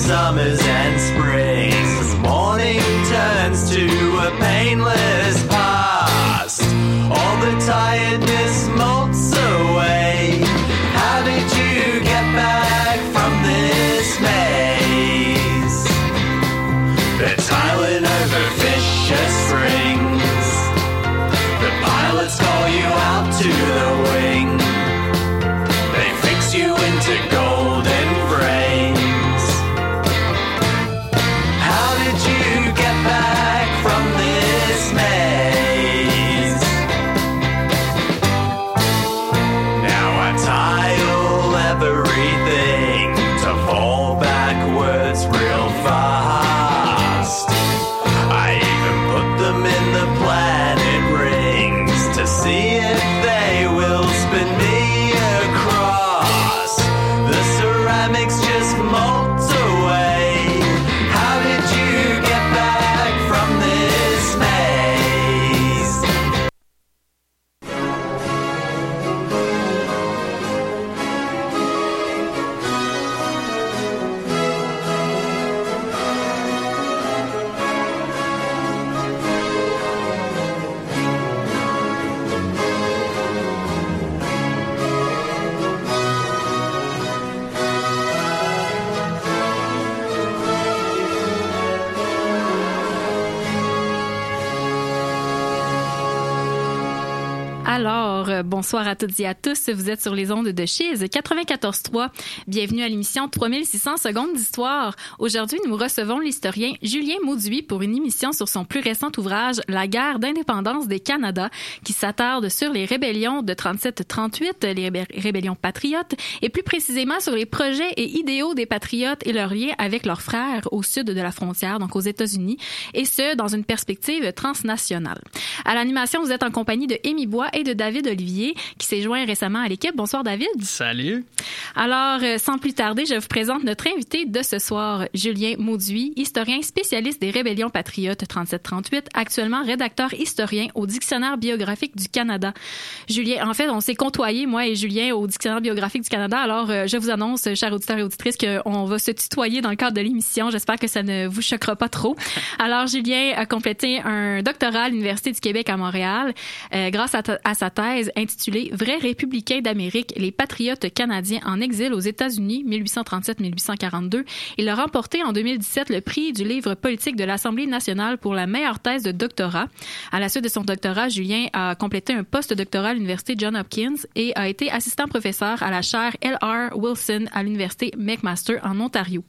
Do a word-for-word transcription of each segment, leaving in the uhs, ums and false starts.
summers and springs. Morning turns to a painless past. All the tiredness melts away. How did you get back from this maze? They're tiling over Fisher Springs. The pilots call you out to the wing. They fix you into golden frames. How did you get back from this maze? Now I tile everything to fall backwards real fast. I even put them in the planet rings to see if they will spin me across. The ceramics just melt away. How did you get back from this maze? Alors, euh, bonsoir à toutes et à tous. Vous êtes sur les ondes de Chiz quatre-vingt-quatorze point trois. Bienvenue à l'émission trois mille six cents secondes d'histoire. Aujourd'hui, nous recevons l'historien Julien Mauduit pour une émission sur son plus récent ouvrage La guerre d'indépendance des Canada, qui s'attarde sur les rébellions de trente-sept trente-huit, les rébé- rébellions patriotes, et plus précisément sur les projets et idéaux des patriotes et leurs liens avec leurs frères au sud de la frontière, donc aux États-Unis, et ce, dans une perspective transnationale. À l'animation, vous êtes en compagnie de Émy Bois et de David Olivier, qui s'est joint récemment à l'équipe. Bonsoir, David. Salut. Alors, euh, sans plus tarder, je vous présente notre invité de ce soir, Julien Mauduit, historien spécialiste des rébellions patriotes trente-sept trente-huit, actuellement rédacteur historien au Dictionnaire biographique du Canada. Julien, en fait, on s'est côtoyés, moi et Julien, au Dictionnaire biographique du Canada. Alors, euh, je vous annonce, chers auditeurs et auditrices, qu'on va se tutoyer dans le cadre de l'émission. J'espère que ça ne vous choquera pas trop. Alors, Julien a complété un doctorat à l'Université du Québec à Montréal, euh, grâce à, à sa thèse intitulée « Vrais républicains d'Amérique, les patriotes canadiens en exil aux États-Unis mille huit cent trente-sept à mille huit cent quarante-deux ». Il a remporté en deux mille dix-sept le prix du livre politique de l'Assemblée nationale pour la meilleure thèse de doctorat. À la suite de son doctorat, Julien a complété un post-doctorat à l'Université Johns Hopkins et a été assistant professeur à la chaire L R Wilson à l'Université McMaster en Ontario.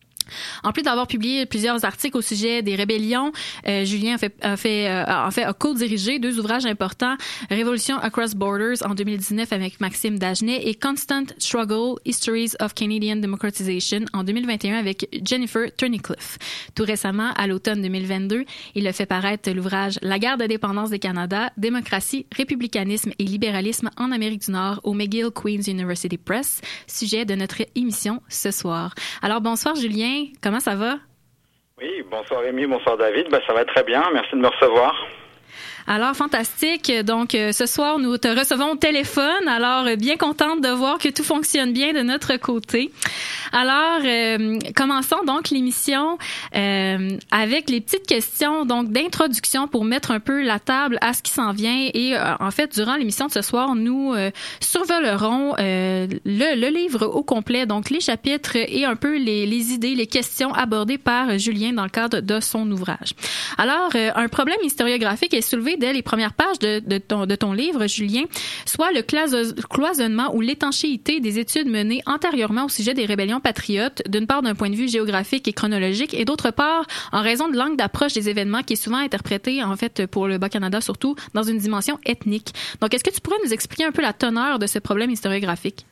En plus d'avoir publié plusieurs articles au sujet des rébellions, euh, Julien a fait, a fait, euh, en fait, a co-dirigé deux ouvrages importants, Révolution Across Borders en deux mille dix-neuf avec Maxime Dagenet et Constant Struggle, Histories of Canadian Democratization en deux mille vingt et un avec Jennifer Turnicliffe. Tout récemment, à l'automne deux mille vingt-deux, il a fait paraître l'ouvrage La guerre d'indépendance des Canada, démocratie, républicanisme et libéralisme en Amérique du Nord au McGill Queen's University Press, sujet de notre émission ce soir. Alors bonsoir Julien. Comment ça va? Oui, bonsoir Émy, bonsoir David. Ben, ça va très bien, merci de me recevoir. Alors, fantastique. Donc, euh, ce soir, nous te recevons au téléphone. Alors, euh, bien contente de voir que tout fonctionne bien de notre côté. Alors, euh, commençons donc l'émission euh, avec les petites questions donc d'introduction pour mettre un peu la table à ce qui s'en vient. Et euh, en fait, durant l'émission de ce soir, nous euh, survolerons euh, le, le livre au complet, donc les chapitres et un peu les, les idées, les questions abordées par Julien dans le cadre de son ouvrage. Alors, euh, un problème historiographique est soulevé dès les premières pages de, de, ton, de ton livre, Julien, soit le cloisonnement ou l'étanchéité des études menées antérieurement au sujet des rébellions patriotes, d'une part d'un point de vue géographique et chronologique, et d'autre part en raison de l'angle d'approche des événements qui est souvent interprété, en fait, pour le Bas-Canada surtout, dans une dimension ethnique. Donc, est-ce que tu pourrais nous expliquer un peu la teneur de ce problème historiographique?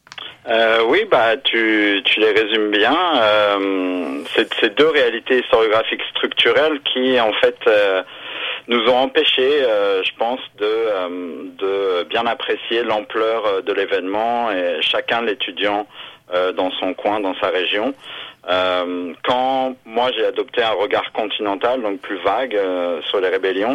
Euh, oui, bah tu, tu les résumes bien. Euh, c'est, c'est deux réalités historiographiques structurelles qui, en fait, euh, nous ont empêché, euh, je pense, de, euh, de bien apprécier l'ampleur de l'événement, et chacun l'étudiant euh, dans son coin, dans sa région. Euh, quand moi j'ai adopté un regard continental, donc plus vague, euh, sur les rébellions,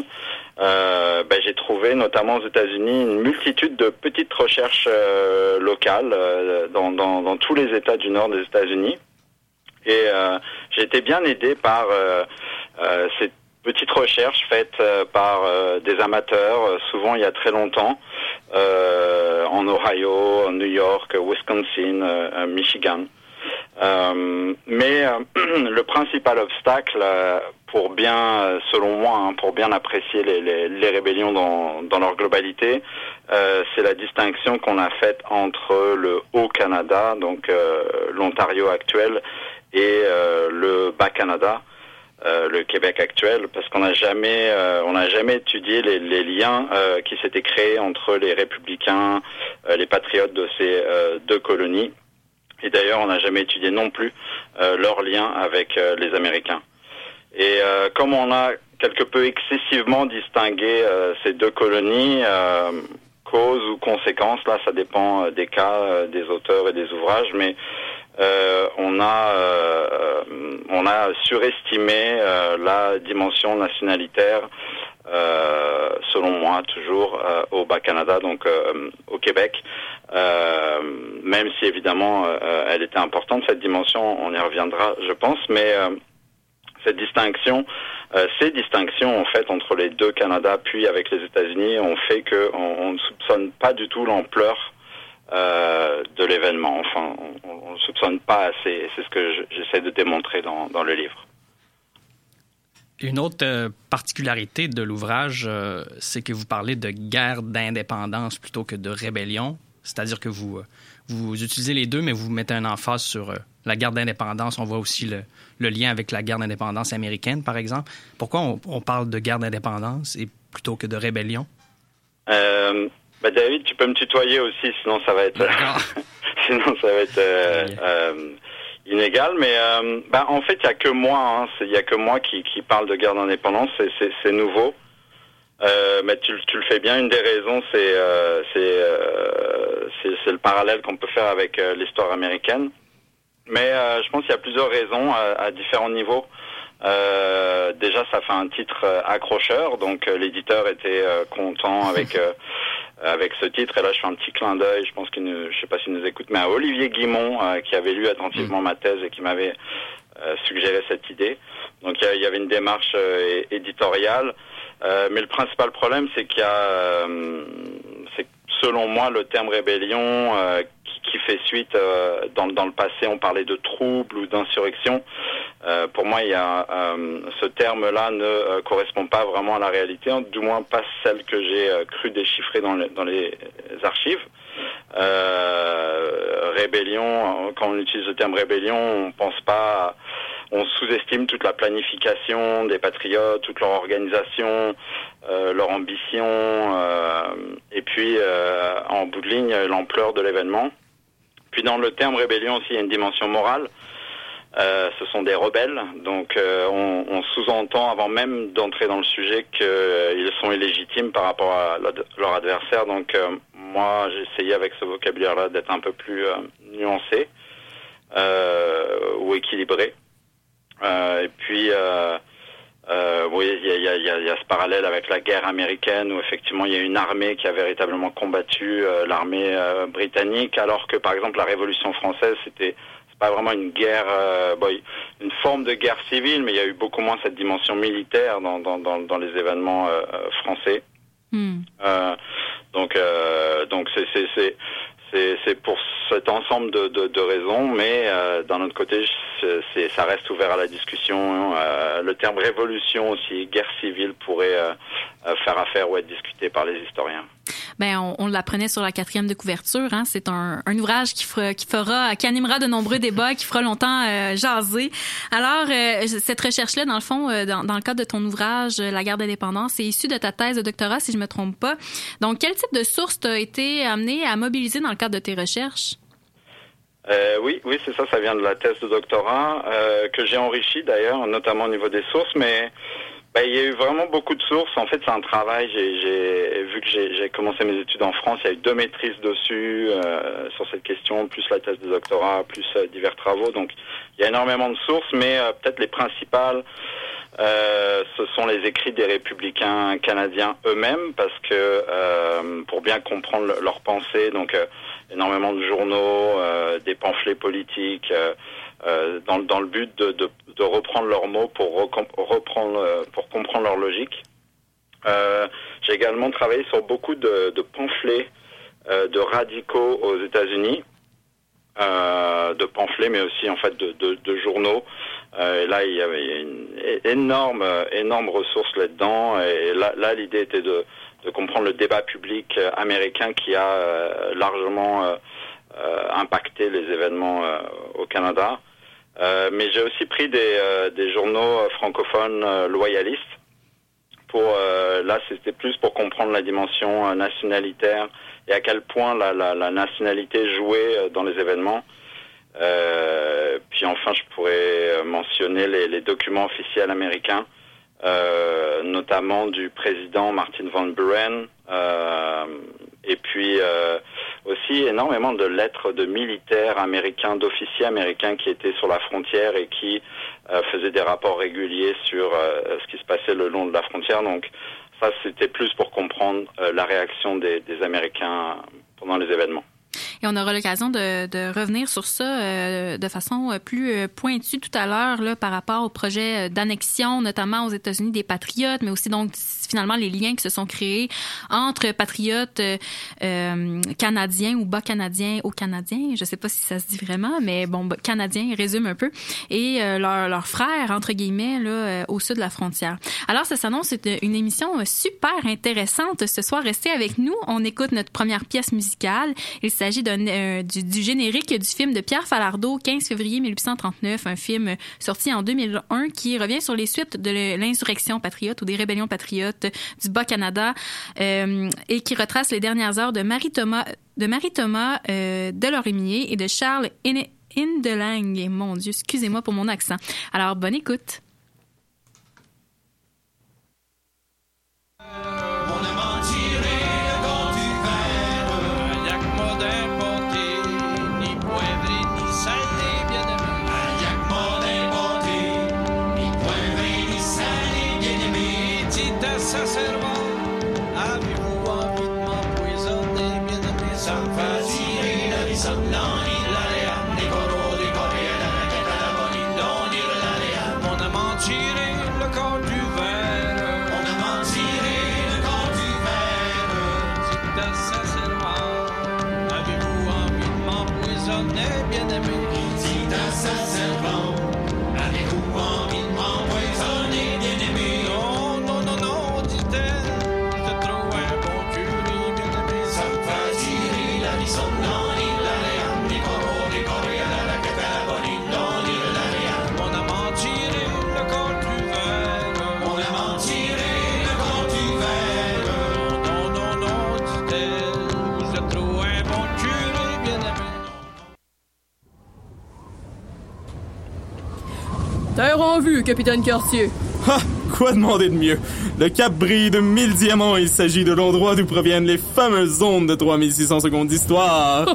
euh, ben, j'ai trouvé notamment aux États-Unis une multitude de petites recherches euh, locales euh, dans, dans, dans tous les États du nord des États-Unis. Et euh, j'ai été bien aidé par euh, euh, cette petite recherche faite euh, par euh, des amateurs, euh, souvent il y a très longtemps, euh, en Ohio, en New York, Wisconsin, euh, Michigan. Euh, mais euh, le principal obstacle euh, pour bien, selon moi, hein, pour bien apprécier les, les, les rébellions dans, dans leur globalité, euh, c'est la distinction qu'on a faite entre le Haut-Canada, donc euh, l'Ontario actuel, et euh, le Bas-Canada, euh, le Québec actuel, parce qu'on n'a jamais, euh, on n'a jamais étudié les, les liens euh, qui s'étaient créés entre les républicains, euh, les patriotes de ces euh, deux colonies. Et d'ailleurs, on n'a jamais étudié non plus euh, leurs liens avec euh, les Américains. Et euh, comme on a quelque peu excessivement distingué euh, ces deux colonies, euh, cause ou conséquence, là, ça dépend euh, des cas, euh, des auteurs et des ouvrages, mais euh, on a euh, on a surestimé euh, la dimension nationalitaire, euh, selon moi, toujours euh, au Bas-Canada, donc euh, au Québec. Euh, même si évidemment euh, elle était importante, cette dimension, on y reviendra, je pense, mais euh, cette distinction, euh, ces distinctions en fait entre les deux Canada puis avec les États-Unis ont fait que on, on ne soupçonne pas du tout l'ampleur euh, de l'événement. Enfin, on ne soupçonne pas assez. C'est ce que je, j'essaie de démontrer dans, dans le livre. Une autre euh, particularité de l'ouvrage, euh, c'est que vous parlez de guerre d'indépendance plutôt que de rébellion. C'est-à-dire que vous, vous utilisez les deux, mais vous mettez un emphase sur la guerre d'indépendance. On voit aussi le, le lien avec la guerre d'indépendance américaine, par exemple. Pourquoi on, on parle de guerre d'indépendance et plutôt que de rébellion? Euh, bah David, tu peux me tutoyer aussi, sinon ça va être, sinon ça va être euh, euh, inégal. Mais euh, bah, en fait, il y a que moi, il hein, y a que moi qui, qui parle de guerre d'indépendance. C'est, c'est, c'est nouveau. Euh, mais tu, tu le fais bien. Une des raisons, c'est euh, c'est, euh, c'est c'est le parallèle qu'on peut faire avec euh, l'histoire américaine. Mais euh, je pense qu'il y a plusieurs raisons à, à différents niveaux. Euh, déjà, ça fait un titre euh, accrocheur, donc euh, l'éditeur était euh, content avec euh, avec ce titre. Et là, je fais un petit clin d'œil. Je pense qu'il ne, je sais pas s'il nous écoute, mais à Olivier Guimont, euh, qui avait lu attentivement ma thèse et qui m'avait euh, suggéré cette idée. Donc, il y, y avait une démarche euh, éditoriale. Euh, mais le principal problème, c'est qu'il y a, euh, c'est selon moi, le terme rébellion euh, qui, qui fait suite. Euh, dans, dans le passé, on parlait de trouble ou d'insurrection. Euh, pour moi, il y a euh, ce terme-là ne euh, correspond pas vraiment à la réalité, hein, du moins pas celle que j'ai euh, cru déchiffrer dans, le, dans les archives. Euh, rébellion, quand on utilise le terme rébellion, on pense pas. À, on sous-estime toute la planification des patriotes, toute leur organisation, euh, leur ambition, euh, et puis euh, en bout de ligne, l'ampleur de l'événement. Puis dans le terme rébellion aussi, il y a une dimension morale. Euh, ce sont des rebelles, donc euh, on, on sous-entend avant même d'entrer dans le sujet qu'ils euh, sont illégitimes par rapport à la, leur adversaire. Donc euh, moi, j'ai essayé avec ce vocabulaire-là d'être un peu plus euh, nuancé euh, ou équilibré. Euh, et puis, euh, euh, oui, il y a, y, a, y, a, y a ce parallèle avec la guerre américaine où effectivement il y a une armée qui a véritablement combattu euh, l'armée euh, britannique, alors que par exemple la Révolution française, c'était c'est pas vraiment une guerre, euh, bon, une forme de guerre civile, mais il y a eu beaucoup moins cette dimension militaire dans, dans, dans, dans les événements euh, français. Mm. Euh, donc, euh, donc c'est, c'est, c'est C'est, c'est pour cet ensemble de, de, de raisons, mais euh, d'un autre côté, c'est, ça reste ouvert à la discussion. Euh, le terme révolution aussi, guerre civile, pourrait euh, faire affaire ou être discuté par les historiens. Ben, on, on l'apprenait sur la quatrième de couverture. Hein. C'est un, un ouvrage qui fera, qui fera, qui animera de nombreux débats, qui fera longtemps euh, jaser. Alors, euh, cette recherche-là, dans le fond, euh, dans, dans le cadre de ton ouvrage, La guerre d'indépendance, c'est issu de ta thèse de doctorat, si je me trompe pas. Donc, quel type de sources t'as été amené à mobiliser dans le cadre de tes recherches? Euh, oui, oui, c'est ça. Ça vient de la thèse de doctorat euh, que j'ai enrichie d'ailleurs, notamment au niveau des sources, mais. Ben, il y a eu vraiment beaucoup de sources. En fait, c'est un travail. J'ai, j'ai vu que j'ai, j'ai commencé mes études en France. Il y a eu deux maîtrises dessus euh, sur cette question, plus la thèse de doctorat, plus euh, divers travaux. Donc, il y a énormément de sources, mais euh, peut-être les principales, euh, ce sont les écrits des républicains canadiens eux-mêmes, parce que euh, pour bien comprendre leur pensée, donc euh, énormément de journaux, euh, des pamphlets politiques. Euh, euh, dans, dans le but de, de, de reprendre leurs mots pour recom- reprendre euh, pour comprendre leur logique. Euh, j'ai également travaillé sur beaucoup de, de pamphlets euh, de radicaux aux États-Unis, euh, de pamphlets, mais aussi en fait de, de, de journaux. Euh, et là, il y avait une énorme, énorme ressource là-dedans. Et là, là l'idée était de, de comprendre le débat public américain qui a euh, largement euh, euh, impacté les événements euh, au Canada. Euh, mais j'ai aussi pris des, euh, des journaux francophones euh, loyalistes. Pour euh, là, c'était plus pour comprendre la dimension euh, nationalitaire et à quel point la, la, la nationalité jouait euh, dans les événements. Euh, puis enfin, je pourrais mentionner les, les documents officiels américains, euh, notamment du président Martin Van Buren, euh, et puis euh, aussi énormément de lettres de militaires américains, d'officiers américains qui étaient sur la frontière et qui euh, faisaient des rapports réguliers sur euh, ce qui se passait le long de la frontière. Donc ça, c'était plus pour comprendre euh, la réaction des, des Américains pendant les événements. Et on aura l'occasion de, de revenir sur ça euh, de façon plus euh, pointue tout à l'heure là, par rapport au projet d'annexion, notamment aux États-Unis des patriotes, mais aussi donc finalement les liens qui se sont créés entre patriotes euh, canadiens ou bas canadiens ou canadiens, je sais pas si ça se dit vraiment, mais bon, canadiens résume un peu, et euh, leurs leur frères entre guillemets là euh, au sud de la frontière. Alors ça s'annonce une émission super intéressante ce soir. Restez avec nous, on écoute notre première pièce musicale. Il s'agit d'un, euh, du, du générique du film de Pierre Falardeau, quinze février mille huit cent trente-neuf, un film sorti en deux mille un qui revient sur les suites de l'insurrection patriote ou des rébellions patriotes du Bas-Canada euh, et qui retrace les dernières heures de Marie-Thomas, de Marie-Thomas euh, Delorimier et de Charles Hindelang. Mon Dieu, excusez-moi pour mon accent. Alors, bonne écoute. Terre en vue, capitaine Cartier. Ha! Quoi demander de mieux? Le cap brille de mille diamants. Il s'agit de l'endroit d'où proviennent les fameuses ondes de trois mille six cents secondes d'histoire.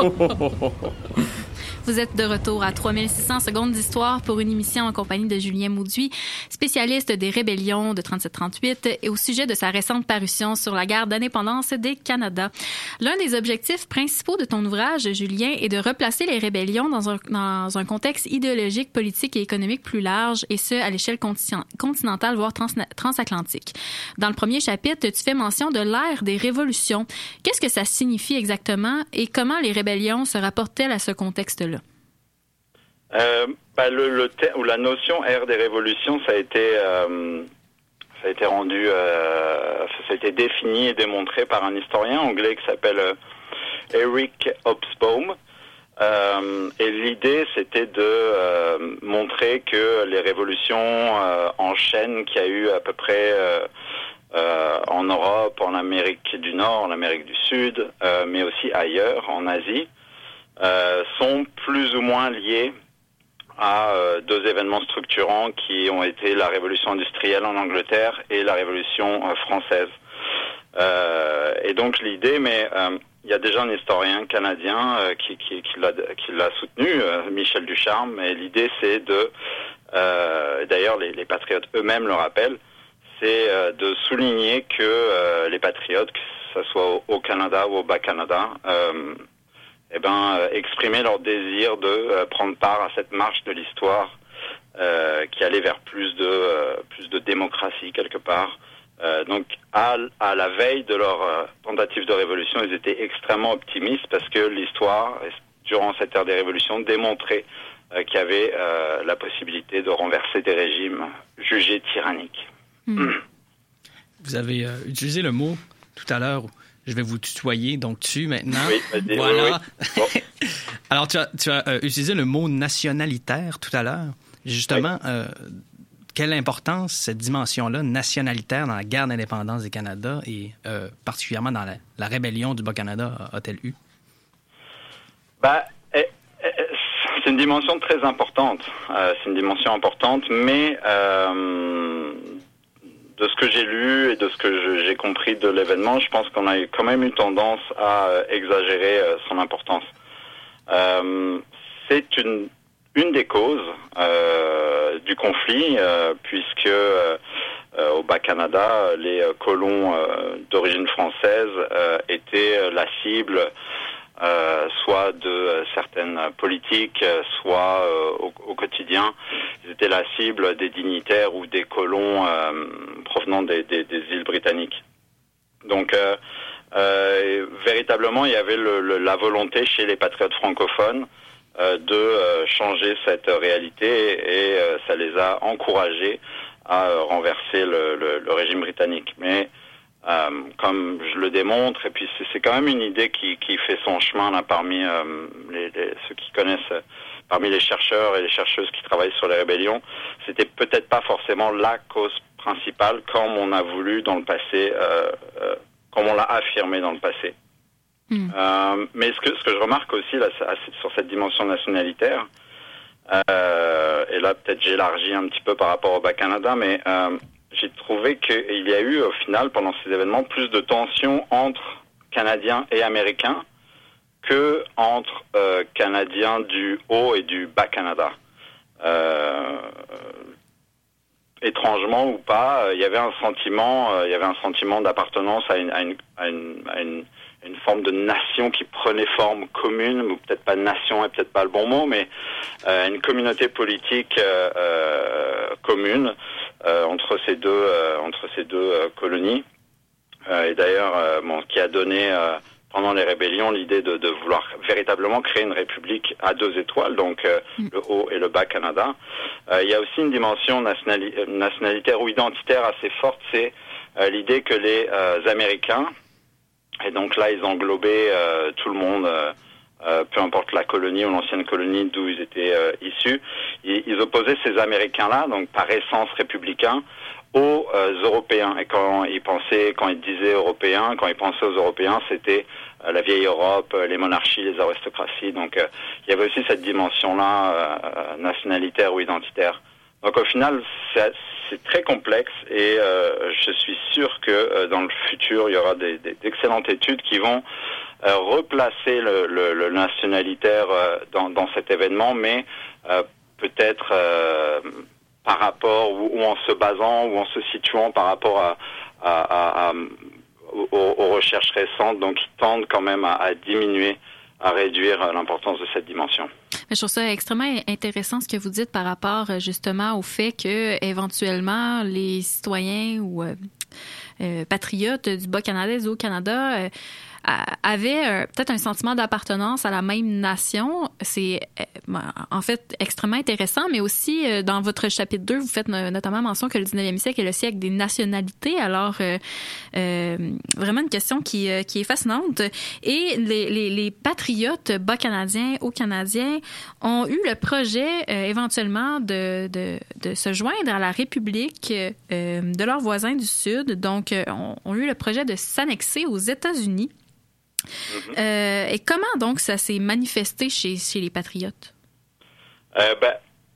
Vous êtes de retour à trois mille six cents secondes d'histoire pour une émission en compagnie de Julien Mauduit, spécialiste des rébellions de trente-sept trente-huit et au sujet de sa récente parution sur la guerre d'indépendance des Canada. L'un des objectifs principaux de ton ouvrage, Julien, est de replacer les rébellions dans un, dans un contexte idéologique, politique et économique plus large, et ce, à l'échelle continent, continentale, voire trans, transatlantique. Dans le premier chapitre, tu fais mention de l'ère des révolutions. Qu'est-ce que ça signifie exactement et comment les rébellions se rapportent-elles à ce contexte-là? Euh, bah, le, le ter- ou la notion ère des révolutions, ça a été, euh, ça a été rendu, euh, ça a été défini et démontré par un historien anglais qui s'appelle euh, Eric Hobsbawm. Euh, et l'idée, c'était de euh, montrer que les révolutions euh, en chaîne qu'il y a eu à peu près euh, euh, en Europe, en Amérique du Nord, en Amérique du Sud, euh, mais aussi ailleurs, en Asie, euh, sont plus ou moins liés à euh, deux événements structurants qui ont été la révolution industrielle en Angleterre et la révolution euh, française. Euh, et donc l'idée, mais euh, il y a déjà un historien canadien euh, qui, qui, qui, l'a, qui l'a soutenu, euh, Michel Ducharme, et l'idée c'est de, euh, d'ailleurs les, les patriotes eux-mêmes le rappellent, c'est euh, de souligner que euh, les patriotes, que ce soit au, au Canada ou au Bas-Canada, euh, eh ben, euh, exprimer leur désir de euh, prendre part à cette marche de l'histoire euh, qui allait vers plus de euh, plus de démocratie quelque part. Euh, donc, à, à la veille de leur euh, tentative de révolution, ils étaient extrêmement optimistes parce que l'histoire, durant cette ère des révolutions, démontrait euh, qu'il y avait euh, la possibilité de renverser des régimes jugés tyranniques. Mmh. Vous avez euh, utilisé le mot tout à l'heure, je vais vous tutoyer, donc tu maintenant. Oui, vas-y, voilà. oui, oui. Bon. Alors, tu as, tu as euh, utilisé le mot nationalitaire tout à l'heure. Justement, oui. euh, quelle importance cette dimension-là, nationalitaire, dans la guerre d'indépendance du Canada et euh, particulièrement dans la, la rébellion du Bas-Canada a-t-elle eu? Bah, eh, eh, c'est une dimension très importante. Euh, c'est une dimension importante, mais euh, de ce que j'ai lu et de ce que je, j'ai compris de l'événement, je pense qu'on a eu, quand même eu tendance à euh, exagérer euh, son importance. Euh, c'est une une des causes euh, du conflit, euh, puisque euh, euh, au Bas-Canada, les euh, colons euh, d'origine française euh, étaient la cible euh, soit de euh, certaines politiques, soit euh, au, au quotidien. Ils étaient la cible des dignitaires ou des colons euh, provenant des, des, des îles britanniques. Donc, euh, euh, véritablement, il y avait le, le, la volonté chez les patriotes francophones Euh, de euh, changer cette réalité et euh, ça les a encouragés à euh, renverser le, le, le régime britannique. Mais euh, comme je le démontre, et puis c'est, c'est quand même une idée qui, qui fait son chemin là parmi euh, les, les, ceux qui connaissent, euh, parmi les chercheurs et les chercheuses qui travaillent sur les rébellions, c'était peut-être pas forcément la cause principale comme on a voulu dans le passé, euh, euh, comme on l'a affirmé dans le passé. Mmh. Euh, mais ce que, ce que je remarque aussi là, sur cette dimension nationalitaire, euh, et là peut-être j'élargis un petit peu par rapport au Bas-Canada, mais euh, j'ai trouvé qu'il y a eu au final pendant ces événements plus de tensions entre Canadiens et Américains que entre euh, Canadiens du Haut et du Bas-Canada. Euh, étrangement ou pas, il y avait un sentiment, il y avait un sentiment d'appartenance à une, à une, à une, à une une forme de nation qui prenait forme commune, ou peut-être pas nation est peut-être pas le bon mot, mais euh, une communauté politique euh, euh, commune euh, entre ces deux euh, entre ces deux euh, colonies. Euh, et d'ailleurs, euh, bon, qui a donné euh, pendant les rébellions l'idée de, de vouloir véritablement créer une république à deux étoiles, donc euh, mm. le Haut et le Bas-Canada. Euh, il y a aussi une dimension nationali- nationalitaire ou identitaire assez forte, c'est euh, l'idée que les euh, Américains, et donc là, ils englobaient euh, tout le monde, euh, euh, peu importe la colonie ou l'ancienne colonie d'où ils étaient euh, issus. Ils, ils opposaient ces Américains-là, donc par essence républicains, aux euh, Européens. Et quand ils pensaient, quand ils disaient Européens, quand ils pensaient aux Européens, c'était euh, la vieille Europe, euh, les monarchies, les aristocraties. Donc euh, il y avait aussi cette dimension-là euh, nationalitaire ou identitaire. Donc au final, c'est, c'est très complexe et euh, je suis sûr que euh, dans le futur, il y aura des, des, d'excellentes études qui vont euh, replacer le, le, le nationalitaire euh, dans, dans cet événement, mais euh, peut-être euh, par rapport ou, ou en se basant ou en se situant par rapport à, à, à, à aux, aux recherches récentes, donc qui tendent quand même à, à diminuer, à réduire l'importance de cette dimension. Je trouve ça extrêmement intéressant ce que vous dites par rapport justement au fait que éventuellement les citoyens ou euh, euh, patriotes du Bas-Canada et du Haut-Canada euh, avaient euh, peut-être un sentiment d'appartenance à la même nation. C'est euh, en fait extrêmement intéressant, mais aussi euh, dans votre chapitre deux, vous faites no- notamment mention que le dix-neuvième siècle est le siècle des nationalités. Alors, euh, euh, vraiment une question qui, euh, qui est fascinante. Et les, les, les patriotes bas-canadiens, haut-canadiens ont eu le projet euh, éventuellement de, de, de se joindre à la République euh, de leurs voisins du Sud. Donc, euh, ont, ont eu le projet de s'annexer aux États-Unis. Mm-hmm. Euh, et comment donc ça s'est manifesté chez, chez les patriotes? Euh, ben,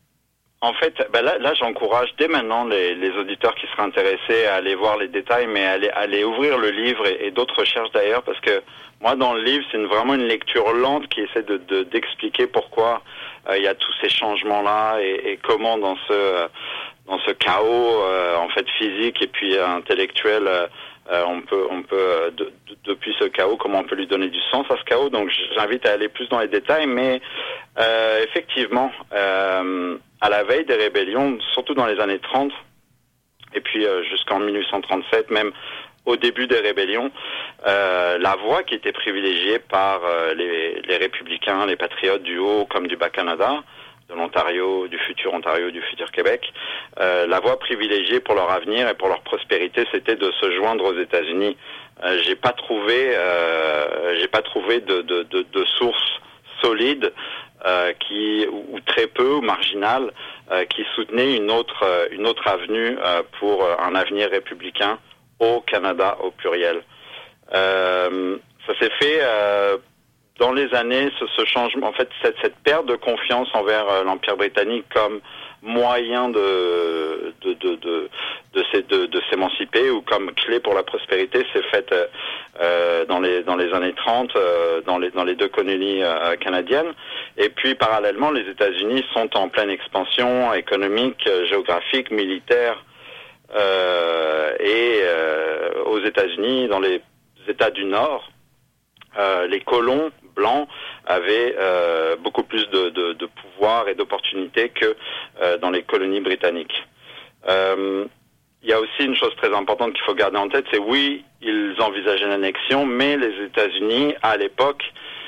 en fait, ben là, là, j'encourage dès maintenant les, les auditeurs qui seraient intéressés à aller voir les détails, mais à aller, à aller ouvrir le livre et, et d'autres recherches d'ailleurs, parce que moi, dans le livre, c'est une, vraiment une lecture lente qui essaie de, de, d'expliquer pourquoi euh, il y a tous ces changements-là et, et comment dans ce, dans ce chaos, euh, en fait, physique et puis euh, intellectuel, euh, euh, on peut, on peut euh, de, de, depuis ce chaos, comment on peut lui donner du sens à ce chaos. Donc j'invite à aller plus dans les détails, mais euh, effectivement, euh, à la veille des rébellions, surtout dans les années trente, et puis euh, jusqu'en dix-huit cent trente-sept, même au début des rébellions, euh, la voie qui était privilégiée par euh, les, les républicains, les patriotes du Haut comme du Bas-Canada, de l'Ontario, du futur Ontario, du futur Québec, euh, la voie privilégiée pour leur avenir et pour leur prospérité, c'était de se joindre aux États-Unis. Euh, j'ai pas trouvé, euh, j'ai pas trouvé de, de, de, de sources solides euh, qui ou, ou très peu ou marginales euh, qui soutenaient une autre euh, une autre avenue euh, pour euh, un avenir républicain au Canada au pluriel. Euh, ça s'est fait euh, dans les années, ce, ce changement, en fait, cette, cette perte de confiance envers euh, l'Empire britannique comme moyen de de de de de, de, de s'émanciper ou comme clé pour la prospérité s'est faite euh, dans les dans les années trente euh, dans les dans les deux colonies euh, canadiennes. Et puis parallèlement, les États-Unis sont en pleine expansion économique, géographique, militaire. Euh, et euh, aux États-Unis, dans les États du Nord, euh, les colons blancs avaient euh, beaucoup plus de, de, de pouvoir et d'opportunités que euh, dans les colonies britanniques. Euh, il y a aussi une chose très importante qu'il faut garder en tête, c'est oui, ils envisageaient l'annexion, mais les États-Unis, à l'époque,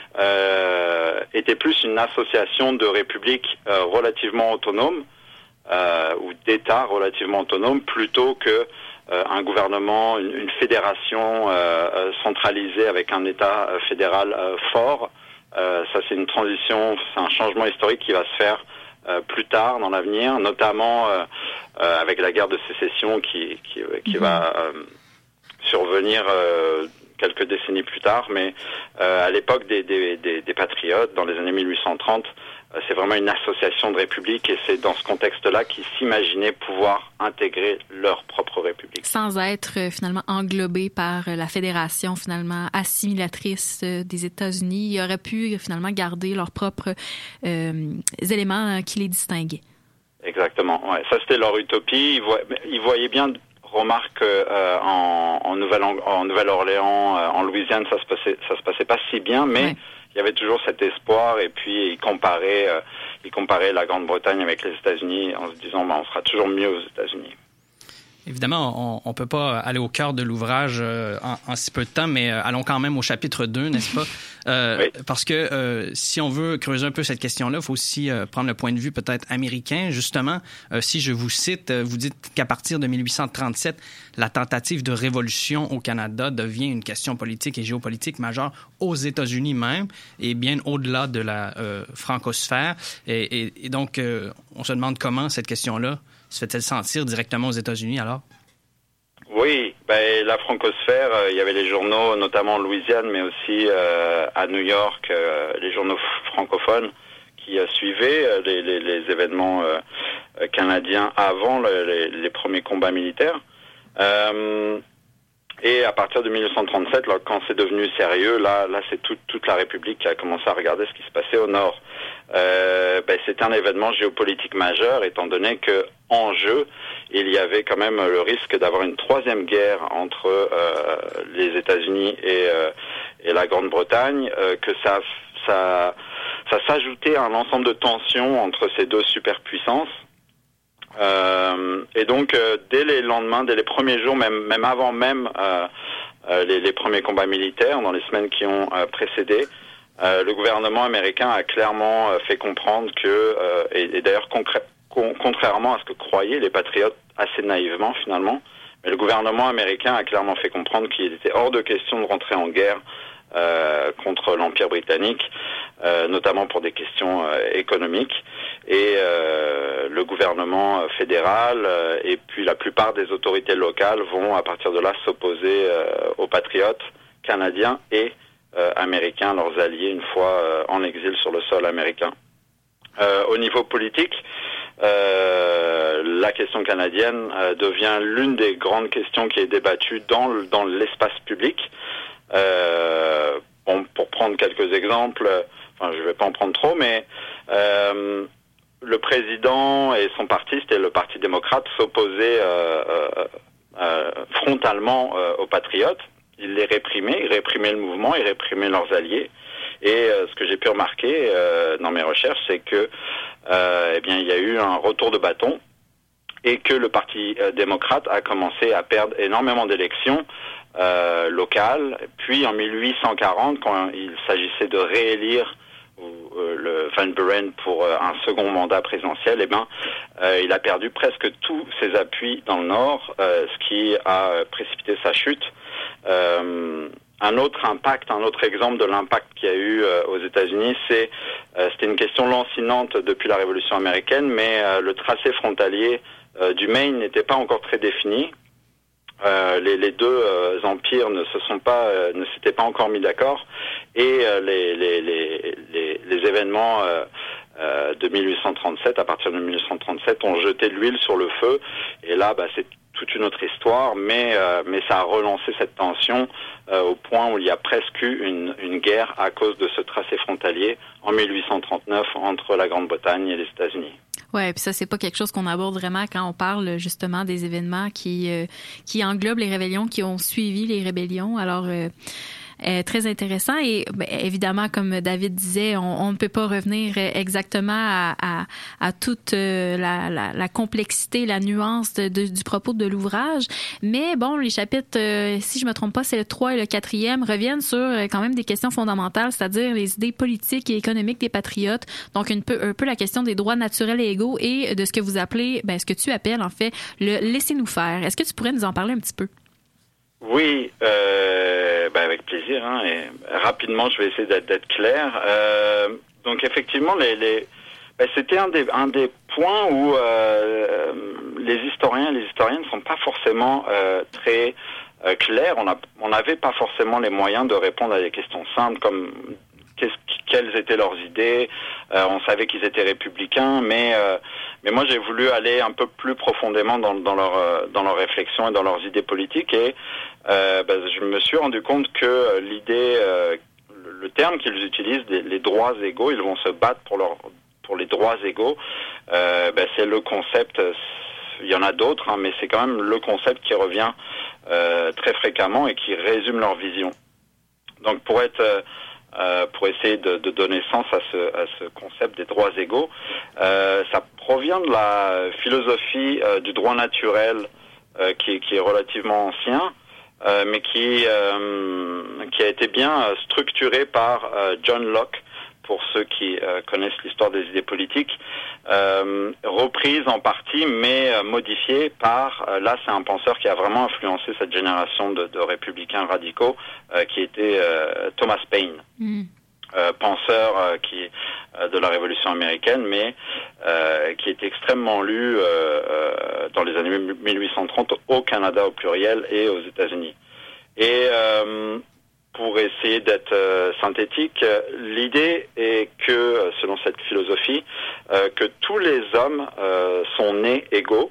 euh, étaient plus une association de républiques euh, relativement autonomes, Euh, ou d'États relativement autonomes plutôt que euh, un gouvernement, une, une fédération euh, centralisée avec un État euh, fédéral euh, fort. Euh, ça, c'est une transition, c'est un changement historique qui va se faire euh, plus tard dans l'avenir, notamment euh, euh, avec la guerre de sécession qui, qui, qui mm-hmm. va euh, survenir euh, quelques décennies plus tard. Mais euh, à l'époque des, des, des, des patriotes, dans les années dix-huit cent trente, c'est vraiment une association de républiques et c'est dans ce contexte-là qu'ils s'imaginaient pouvoir intégrer leur propre république. Sans être euh, finalement englobé par euh, la fédération finalement assimilatrice euh, des États-Unis, ils auraient pu euh, finalement garder leurs propres euh, éléments euh, qui les distinguaient. Exactement, ouais. Ça c'était leur utopie. Ils, voient, ils voyaient bien, remarque euh, en, en, Nouvelle, en Nouvelle-Orléans, euh, en Louisiane, ça se passait, ça se passait pas si bien, mais... Ouais. Il y avait toujours cet espoir et puis il comparait, euh, il comparait la Grande-Bretagne avec les États-Unis en se disant bah, on sera toujours mieux aux États-Unis. Évidemment, on ne peut pas aller au cœur de l'ouvrage euh, en, en si peu de temps, mais euh, allons quand même au chapitre deux, n'est-ce pas? Euh, oui. Parce que euh, si on veut creuser un peu cette question-là, il faut aussi euh, prendre le point de vue peut-être américain. Justement, euh, si je vous cite, euh, vous dites qu'à partir de dix-huit cent trente-sept, la tentative de révolution au Canada devient une question politique et géopolitique majeure aux États-Unis même, et bien au-delà de la euh, francosphère. Et, et, et donc, euh, on se demande comment cette question-là se fait-elle sentir directement aux États-Unis, alors? Oui, ben, la francosphère, euh, il y avait les journaux, notamment en Louisiane, mais aussi euh, à New York, euh, les journaux francophones qui euh, suivaient euh, les, les, les événements euh, canadiens avant le, les, les premiers combats militaires. Euh, et à partir de dix-huit cent trente-sept, là, quand c'est devenu sérieux, là, là c'est tout, toute la République qui a commencé à regarder ce qui se passait au Nord. Euh, ben, c'était un événement géopolitique majeur, étant donné que en jeu, il y avait quand même le risque d'avoir une troisième guerre entre euh, les États-Unis et, euh, et la Grande-Bretagne, euh, que ça, ça, ça s'ajoutait à un ensemble de tensions entre ces deux superpuissances. Euh, et donc, euh, dès les lendemains, dès les premiers jours, même, même avant même euh, euh, les, les premiers combats militaires, dans les semaines qui ont euh, précédé, euh, le gouvernement américain a clairement euh, fait comprendre que, euh, et, et d'ailleurs concrè- con- contrairement à ce que croyaient les patriotes assez naïvement finalement, mais le gouvernement américain a clairement fait comprendre qu'il était hors de question de rentrer en guerre Euh, contre l'Empire britannique, euh, notamment pour des questions euh, économiques. Et euh, le gouvernement fédéral euh, et puis la plupart des autorités locales vont à partir de là s'opposer euh, aux patriotes canadiens et euh, américains, leurs alliés, une fois euh, en exil sur le sol américain. Euh, au niveau politique, euh, la question canadienne euh, devient l'une des grandes questions qui est débattue dans, dans l'espace public. Euh, bon, pour prendre quelques exemples, enfin je vais pas en prendre trop, mais euh, le président et son parti, c'était le Parti démocrate, s'opposaient euh, euh, euh, frontalement euh, aux patriotes. Il les réprimait, il réprimait le mouvement, il réprimait leurs alliés. Et euh, ce que j'ai pu remarquer euh, dans mes recherches, c'est que euh, eh bien, il y a eu un retour de bâton et que le Parti euh, démocrate a commencé à perdre énormément d'élections euh, locales. Puis en mille huit cent quarante, quand il s'agissait de réélire euh, le Van Buren pour euh, un second mandat présidentiel, eh ben, euh, il a perdu presque tous ses appuis dans le Nord, euh, ce qui a précipité sa chute. Euh, un autre impact, un autre exemple de l'impact qu'il y a eu euh, aux États-Unis, c'est euh, c'était une question lancinante depuis la Révolution américaine, mais euh, le tracé frontalier euh, du Maine n'était pas encore très défini. Euh, les, les deux euh, empires ne se sont pas, euh, ne s'étaient pas encore mis d'accord, et euh, les, les, les, les, les événements euh, euh, de mille huit cent trente-sept, à partir de mille huit cent trente-sept, ont jeté de l'huile sur le feu. Et là, bah, c'est toute une autre histoire, mais euh, mais ça a relancé cette tension euh, au point où il y a presque eu une, une guerre à cause de ce tracé frontalier en mille huit cent trente-neuf entre la Grande-Bretagne et les États-Unis. Ouais, puis ça c'est pas quelque chose qu'on aborde vraiment quand on parle justement des événements qui euh, qui englobent les rébellions qui ont suivi les rébellions. Alors euh, Euh, très intéressant et ben, évidemment, comme David disait, on, on ne peut pas revenir exactement à, à, à toute euh, la, la, la complexité, la nuance de, de, du propos de l'ouvrage. Mais bon, les chapitres, euh, si je me trompe pas, c'est le trois et le quatrième, reviennent sur euh, quand même des questions fondamentales, c'est-à-dire les idées politiques et économiques des patriotes. Donc un peu, un peu la question des droits naturels et égaux et de ce que vous appelez, ben, ce que tu appelles en fait le laissez-nous faire. Est-ce que tu pourrais nous en parler un petit peu? Oui, euh, bah avec plaisir. Hein, et rapidement, je vais essayer d'être, d'être clair. Euh, donc effectivement, les, les, bah, c'était un des, un des points où euh, les historiens et les historiennes ne sont pas forcément euh, très euh, clairs. On a, on n'avait pas forcément les moyens de répondre à des questions simples comme qu'est-ce, quelles étaient leurs idées. Euh, on savait qu'ils étaient républicains, mais euh, mais moi j'ai voulu aller un peu plus profondément dans, dans leur euh, dans leurs réflexions et dans leurs idées politiques et euh, bah, je me suis rendu compte que l'idée, euh, le, le terme qu'ils utilisent, les, les droits égaux, ils vont se battre pour leur pour les droits égaux. Euh, bah, c'est le concept. Il y en a d'autres, hein, mais c'est quand même le concept qui revient euh, très fréquemment et qui résume leur vision. Donc pour être euh, Euh, pour essayer de, de donner sens à ce, à ce concept des droits égaux. Euh, ça provient de la philosophie euh, du droit naturel euh, qui, qui est relativement ancien, euh, mais qui, euh, qui a été bien structuré par euh, John Locke, pour ceux qui euh, connaissent l'histoire des idées politiques, euh, reprise en partie, mais euh, modifiée par, euh, là c'est un penseur qui a vraiment influencé cette génération de, de républicains radicaux, euh, qui était euh, Thomas Paine, mm. euh, penseur euh, qui euh, de la Révolution américaine, mais euh, qui est extrêmement lu euh, euh, dans les années mille huit cent trente au Canada au pluriel et aux États-Unis. Et euh, pour essayer d'être euh, synthétique, euh, l'idée est que, euh, selon cette philosophie, euh, que tous les hommes euh, sont nés égaux,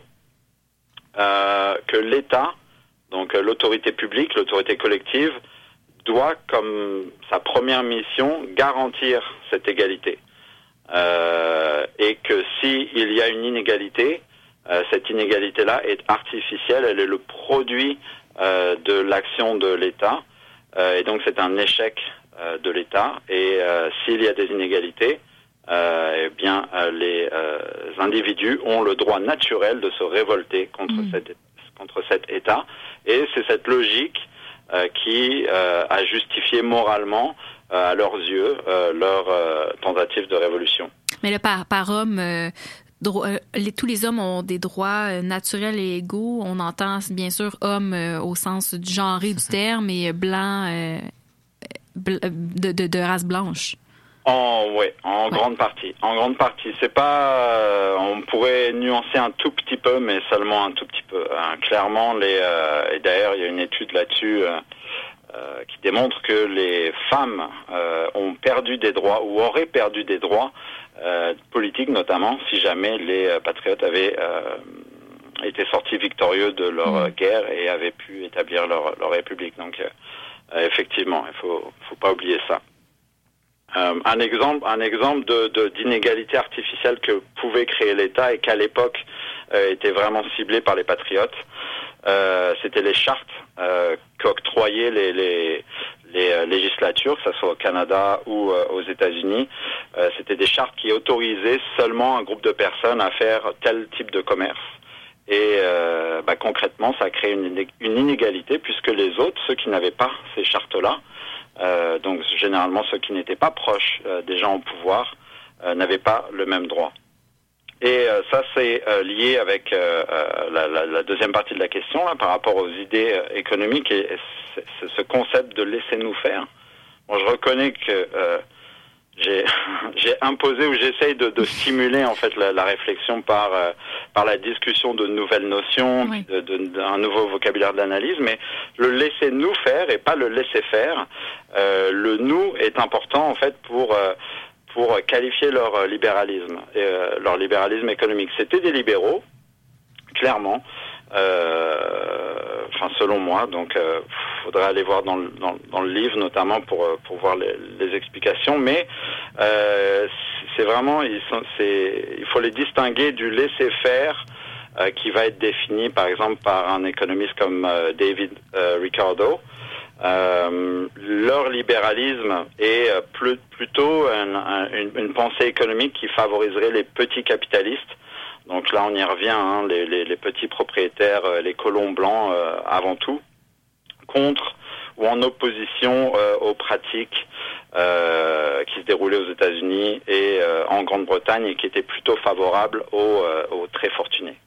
euh, que l'État, donc euh, l'autorité publique, l'autorité collective, doit, comme sa première mission, garantir cette égalité. Euh, et que s'il y a une inégalité, euh, cette inégalité-là est artificielle, elle est le produit euh, de l'action de l'État. Euh, et donc c'est un échec euh, de l'État. Et euh, s'il y a des inégalités, euh, eh bien euh, les euh, individus ont le droit naturel de se révolter contre mmh. cet contre cet État. Et c'est cette logique euh, qui euh, a justifié moralement, euh, à leurs yeux, euh, leur euh, tentative de révolution. Mais là, par par homme. Euh... Dro- euh, les, tous les hommes ont des droits euh, naturels et égaux. On entend bien sûr homme euh, au sens du genré du terme et blanc euh, bl- de, de, de race blanche. En ouais, en ouais. grande partie. En grande partie, c'est pas. Euh, on pourrait nuancer un tout petit peu, mais seulement un tout petit peu. Hein. Clairement, les euh, et d'ailleurs, il y a une étude là-dessus euh, euh, qui démontre que les femmes euh, ont perdu des droits ou auraient perdu des droits. Euh, politique notamment, si jamais les euh, patriotes avaient euh, été sortis victorieux de leur mmh. guerre et avaient pu établir leur, leur république. Donc euh, effectivement, il faut, faut pas oublier ça. Euh, un exemple, un exemple de, de, d'inégalité artificielle que pouvait créer l'État et qu'à l'époque euh, était vraiment ciblé par les patriotes, euh, c'était les chartes euh, qu'octroyaient les, les, les euh, législatures, que ce soit au Canada ou euh, aux États-Unis. Euh, c'était des chartes qui autorisaient seulement un groupe de personnes à faire tel type de commerce. Et euh, bah, concrètement, ça a créé une, une inégalité puisque les autres, ceux qui n'avaient pas ces chartes-là, Euh, donc généralement ceux qui n'étaient pas proches euh, des gens au pouvoir euh, n'avaient pas le même droit. Et euh, ça c'est euh, lié avec euh, euh, la, la, la deuxième partie de la question là, par rapport aux idées euh, économiques et, et c- c- ce concept de laissez-nous faire. Bon, je reconnais que euh, j'ai, j'ai imposé ou j'essaye de, de stimuler en fait la, la réflexion par euh, par la discussion de nouvelles notions, Oui. de, de, d'un nouveau vocabulaire de l'analyse, mais le laisser-nous faire et pas le laisser faire. Euh, le nous est important en fait pour euh, pour qualifier leur libéralisme, et, euh, leur libéralisme économique. C'était des libéraux, clairement. Euh, enfin, selon moi, donc euh, faudrait aller voir dans le, dans, dans le livre notamment pour pour voir les, les explications. Mais euh, c'est vraiment, ils sont, c'est, il faut les distinguer du laisser-faire euh, qui va être défini, par exemple, par un économiste comme euh, David euh, Ricardo. Euh, leur libéralisme est euh, plus, plutôt un, un, une, une pensée économique qui favoriserait les petits capitalistes. Donc là, on y revient, hein, les, les, les petits propriétaires, euh, les colons blancs euh, avant tout, contre ou en opposition euh, aux pratiques euh, qui se déroulaient aux États-Unis et euh, en Grande-Bretagne et qui étaient plutôt favorables aux, euh, aux très fortunés.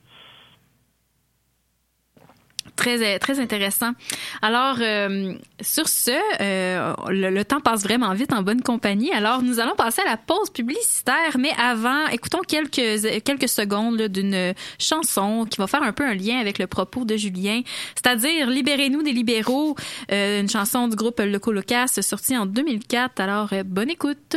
Très, très intéressant. Alors, euh, sur ce, euh, le, le temps passe vraiment vite en bonne compagnie. Alors, nous allons passer à la pause publicitaire, mais avant, écoutons quelques, quelques secondes là, d'une chanson qui va faire un peu un lien avec le propos de Julien, c'est-à-dire « Libérez-nous des libéraux euh, », une chanson du groupe Loco Locas sortie en deux mille quatre. Alors, euh, bonne écoute.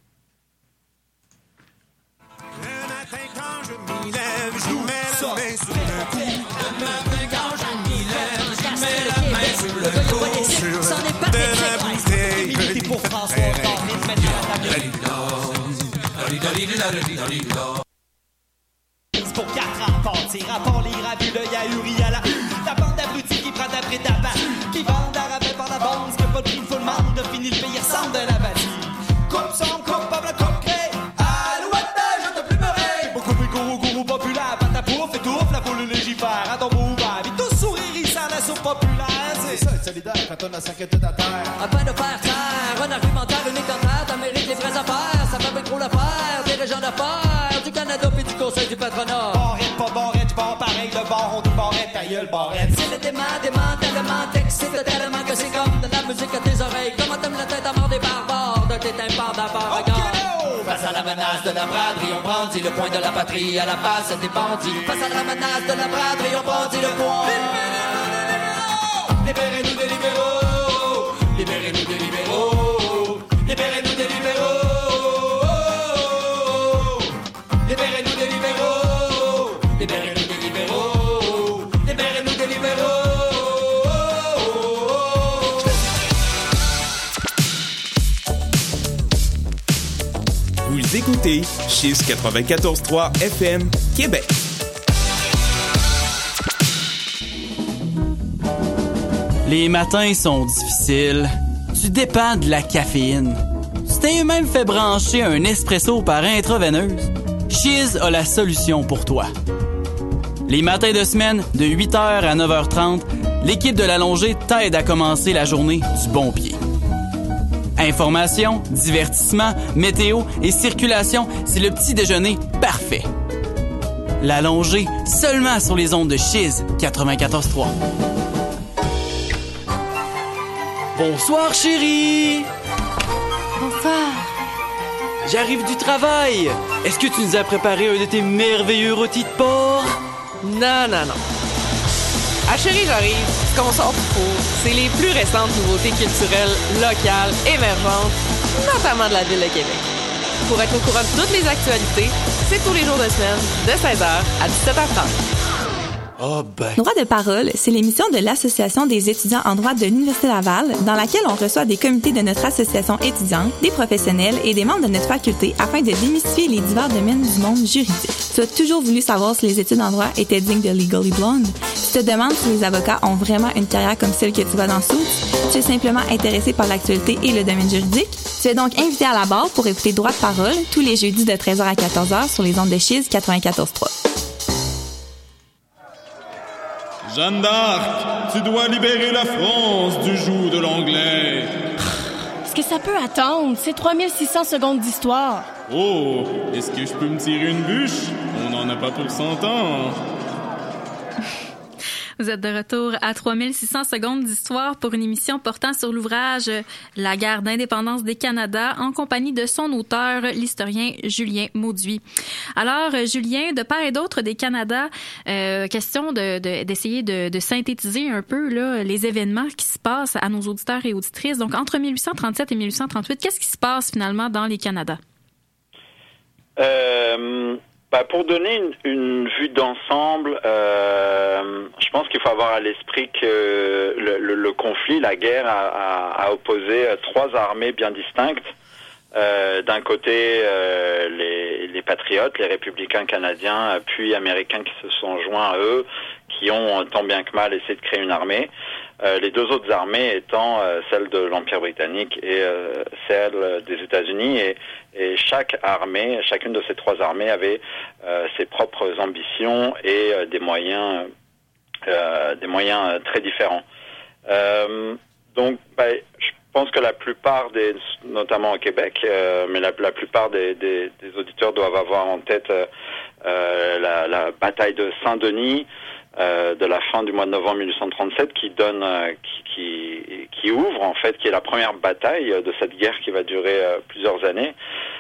Le matin quand je m'y lève, je vous mets la main sur le cou. Le matin quand je m'y lève, je vous mets la main sur le cou. Sur de la bouteille, pour François Doré de mettre à la pour quatre ans, partir à part lire à vue l'œil ahuri à la hue. Ta bande d'abrutis qui prend d'après ta base, qui vendent à rabais par la bande, ce que pas de prix, faut le monde, de finir le payer sans de la bâtie. Coupe son coupe, pas la coupe crée. Alouette, je te plus meuré. Beaucoup plus gourou, gourou populaire, pas ta pouffe, étouffe, la foule légifère, à ton beau ouvert. Vite tous sourire, il sent la soupe populaire. C'est ça, être solidaire quand on a s'inquiète de ta terre. Afin de faire taire, un argumentaire unique en terre, t'en mérites les vraies affaires, ça fait gros l'affaire, des régions d'affaires, du Canada puis du Conseil du patronat. Barrette, pas barrette, je pars pareil, le bar, on dit barrette, ta gueule, barrette. C'est le dément, dément, tellement t'excite tellement que c'est comme de la musique à tes oreilles. Comment t'aimes la tête à mort des barbares, de tes tympans d'abord, regarde. Face à la menace de la braderie, on brandit le point de la patrie à la base des bandits. Face à la menace de la braderie, on brandit le point. Libérez-nous des libéraux, libérez-nous des libéraux, libérez-nous des libéraux, libérez-nous des libéraux, libérez-nous des libéraux, libérez-nous des libéraux. Vous écoutez Chiz quatre-vingt-quatorze trois F M Québec. Les matins sont difficiles. Tu dépends de la caféine. Tu t'es même fait brancher un espresso par intraveineuse. Chiz a la solution pour toi. Les matins de semaine, de huit heures à neuf heures trente, l'équipe de l'Allongée t'aide à commencer la journée du bon pied. Information, divertissement, météo et circulation, c'est le petit déjeuner parfait. L'Allongée, seulement sur les ondes de Chiz quatre-vingt-quatorze trois. Bonsoir, chérie! Bonsoir. J'arrive du travail. Est-ce que tu nous as préparé un de tes merveilleux rôtis de porc? Non, non, non. Ah, chérie, j'arrive. Ce qu'on sort du four, c'est les plus récentes nouveautés culturelles, locales, émergentes, notamment de la Ville de Québec. Pour être au courant de toutes les actualités, c'est tous les jours de semaine, de seize heures à dix-sept heures trente. Oh ben. Droit de parole, c'est l'émission de l'Association des étudiants en droit de l'Université Laval, dans laquelle on reçoit des comités de notre association étudiante, des professionnels et des membres de notre faculté afin de démystifier les divers domaines du monde juridique. Tu as toujours voulu savoir si les études en droit étaient dignes de Legally Blonde? Tu te demandes si les avocats ont vraiment une carrière comme celle que tu vois dans Suits? Tu es simplement intéressé par l'actualité et le domaine juridique? Tu es donc invité à la barre pour écouter Droit de parole tous les jeudis de treize heures à quatorze heures sur les ondes de Chiz quatre-vingt-quatorze trois. Jeanne d'Arc, tu dois libérer la France du joug de l'anglais. Est-ce que ça peut attendre? C'est trois mille six cents secondes d'histoire. Oh, est-ce que je peux me tirer une bûche? On n'en a pas pour cent ans. Vous êtes de retour à trois mille six cents secondes d'histoire pour une émission portant sur l'ouvrage La guerre d'indépendance des Canada en compagnie de son auteur, l'historien Julien Mauduit. Alors, Julien, de part et d'autre des Canada, euh, question de, de, d'essayer de, de synthétiser un peu là, les événements qui se passent à nos auditeurs et auditrices. Donc, entre mille huit cent trente-sept et mille huit cent trente-huit, qu'est-ce qui se passe finalement dans les Canada? Euh... Bah, pour donner une, une vue d'ensemble, euh, je pense qu'il faut avoir à l'esprit que le, le, le conflit, la guerre, a, a, a opposé trois armées bien distinctes. Euh, d'un côté, euh, les, les patriotes, les républicains canadiens, puis américains qui se sont joints à eux, qui ont tant bien que mal essayé de créer une armée. Euh, les deux autres armées étant euh, celle de l'Empire britannique et euh, celle des États-Unis. Et, et chaque armée, chacune de ces trois armées avait euh, ses propres ambitions et euh, des moyens, euh, des moyens très différents. Euh, donc, bah, je pense que la plupart des, notamment au Québec, euh, mais la, la plupart des, des, des auditeurs doivent avoir en tête euh, la, la bataille de Saint-Denis. Euh, de la fin du mois de novembre mille huit cent trente-sept qui donne, euh, qui, qui, qui ouvre en fait, qui est la première bataille de cette guerre qui va durer euh, plusieurs années.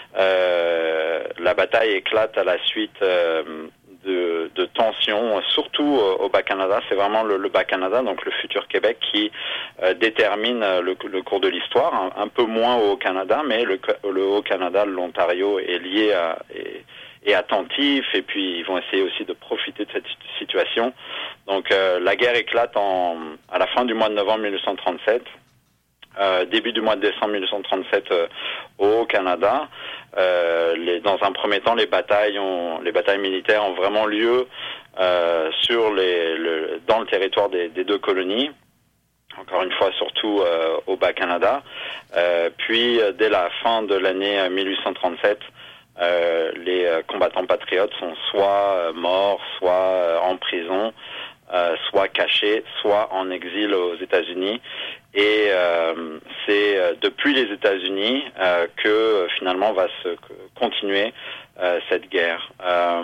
Euh, la bataille éclate à la suite euh, de, de tensions, surtout au Bas-Canada. C'est vraiment le, le Bas-Canada, donc le futur Québec, qui euh, détermine le, le cours de l'histoire. Un, un peu moins au Haut-Canada, mais le, le Haut-Canada, l'Ontario est lié à... Et, et attentif, et puis ils vont essayer aussi de profiter de cette situation. Donc euh, la guerre éclate en, à la fin du mois de novembre mille huit cent trente-sept, euh, début du mois de décembre mille huit cent trente-sept euh, au Canada. Euh, les, dans un premier temps, les batailles, ont, les batailles militaires ont vraiment lieu euh, sur les, le, dans le territoire des, des deux colonies. Encore une fois, surtout euh, au Bas-Canada. Euh, puis, euh, dès la fin de l'année mille huit cent trente-sept, Euh, les euh, combattants patriotes sont soit euh, morts, soit euh, en prison, euh, soit cachés, soit en exil aux États-Unis. Et euh, c'est euh, depuis les États-Unis euh, que euh, finalement va se continuer euh, cette guerre. Euh,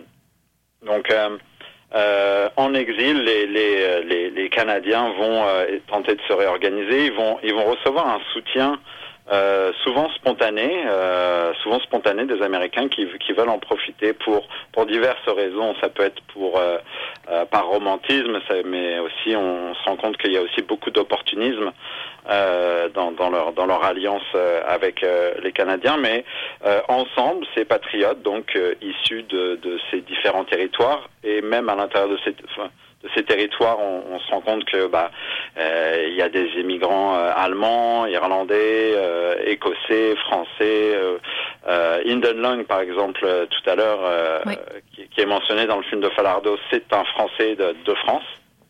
donc, euh, euh, en exil, les, les, les, les Canadiens vont euh, tenter de se réorganiser. Ils vont, ils vont recevoir un soutien. Euh, souvent spontané, euh, souvent spontané des Américains qui, qui veulent en profiter pour pour diverses raisons. Ça peut être pour euh, euh, par romantisme, ça, mais aussi on, on se rend compte qu'il y a aussi beaucoup d'opportunisme euh, dans, dans leur dans leur alliance euh, avec euh, les Canadiens. Mais euh, ensemble, ces patriotes, donc euh, issus de, de ces différents territoires et même à l'intérieur de ces enfin, de ces territoires, on, on se rend compte que bah euh, il y a des immigrants euh, allemands, irlandais, euh, écossais, français. Euh, euh, Inden Long, par exemple, euh, tout à l'heure, euh, oui. qui, qui est mentionné dans le film de Falardeau, c'est un Français de, de France.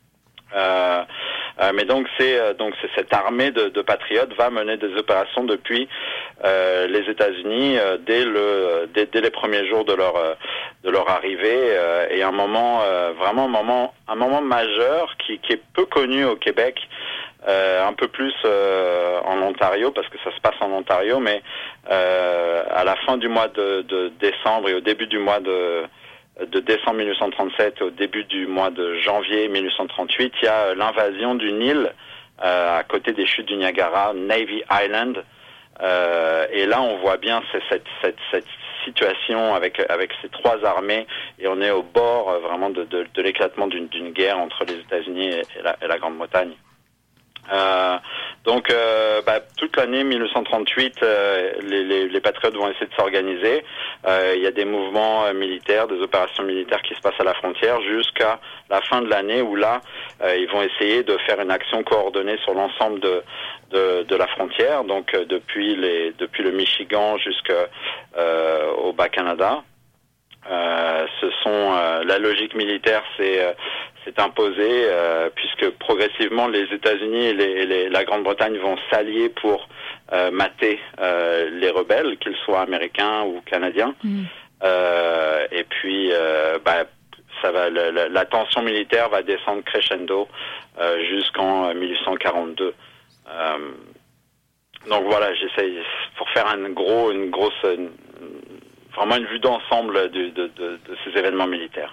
Euh, euh, mais donc c'est euh, donc c'est cette armée de, de patriotes va mener des opérations depuis euh, les États-Unis euh, dès le dès, dès les premiers jours de leur euh, de leur arrivée euh, et un moment euh, vraiment un moment un moment majeur qui qui est peu connu au Québec, euh, un peu plus euh, en Ontario parce que ça se passe en Ontario, mais euh, à la fin du mois de, de décembre et au début du mois de de décembre mille huit cent trente-sept au début du mois de janvier mille huit cent trente-huit, il y a l'invasion d'une île euh, à côté des chutes du Niagara, Navy Island. Euh, et là, on voit bien cette, cette, cette, cette situation avec, avec ces trois armées et on est au bord euh, vraiment de, de, de l'éclatement d'une, d'une guerre entre les États-Unis et, et, la, et la Grande-Bretagne. Euh, donc, euh, bah, toute l'année mille neuf cent trente-huit, euh, les, les, les patriotes vont essayer de s'organiser. Euh, il y a des mouvements euh, militaires, des opérations militaires qui se passent à la frontière jusqu'à la fin de l'année où là, euh, ils vont essayer de faire une action coordonnée sur l'ensemble de, de, de la frontière. Donc, euh, depuis les, depuis le Michigan jusqu'au euh, Bas-Canada. Euh, ce sont euh, la logique militaire, c'est euh, c'est imposé euh, puisque progressivement les États-Unis et, les, et les, la Grande-Bretagne vont s'allier pour euh, mater euh, les rebelles, qu'ils soient américains ou canadiens. Mmh. Euh, et puis, euh, bah, ça va, la, la, la tension militaire va descendre crescendo euh, jusqu'en mille huit cent quarante-deux. Euh, donc voilà, j'essaye pour faire un gros, une grosse, une, vraiment une vue d'ensemble de, de, de, de ces événements militaires.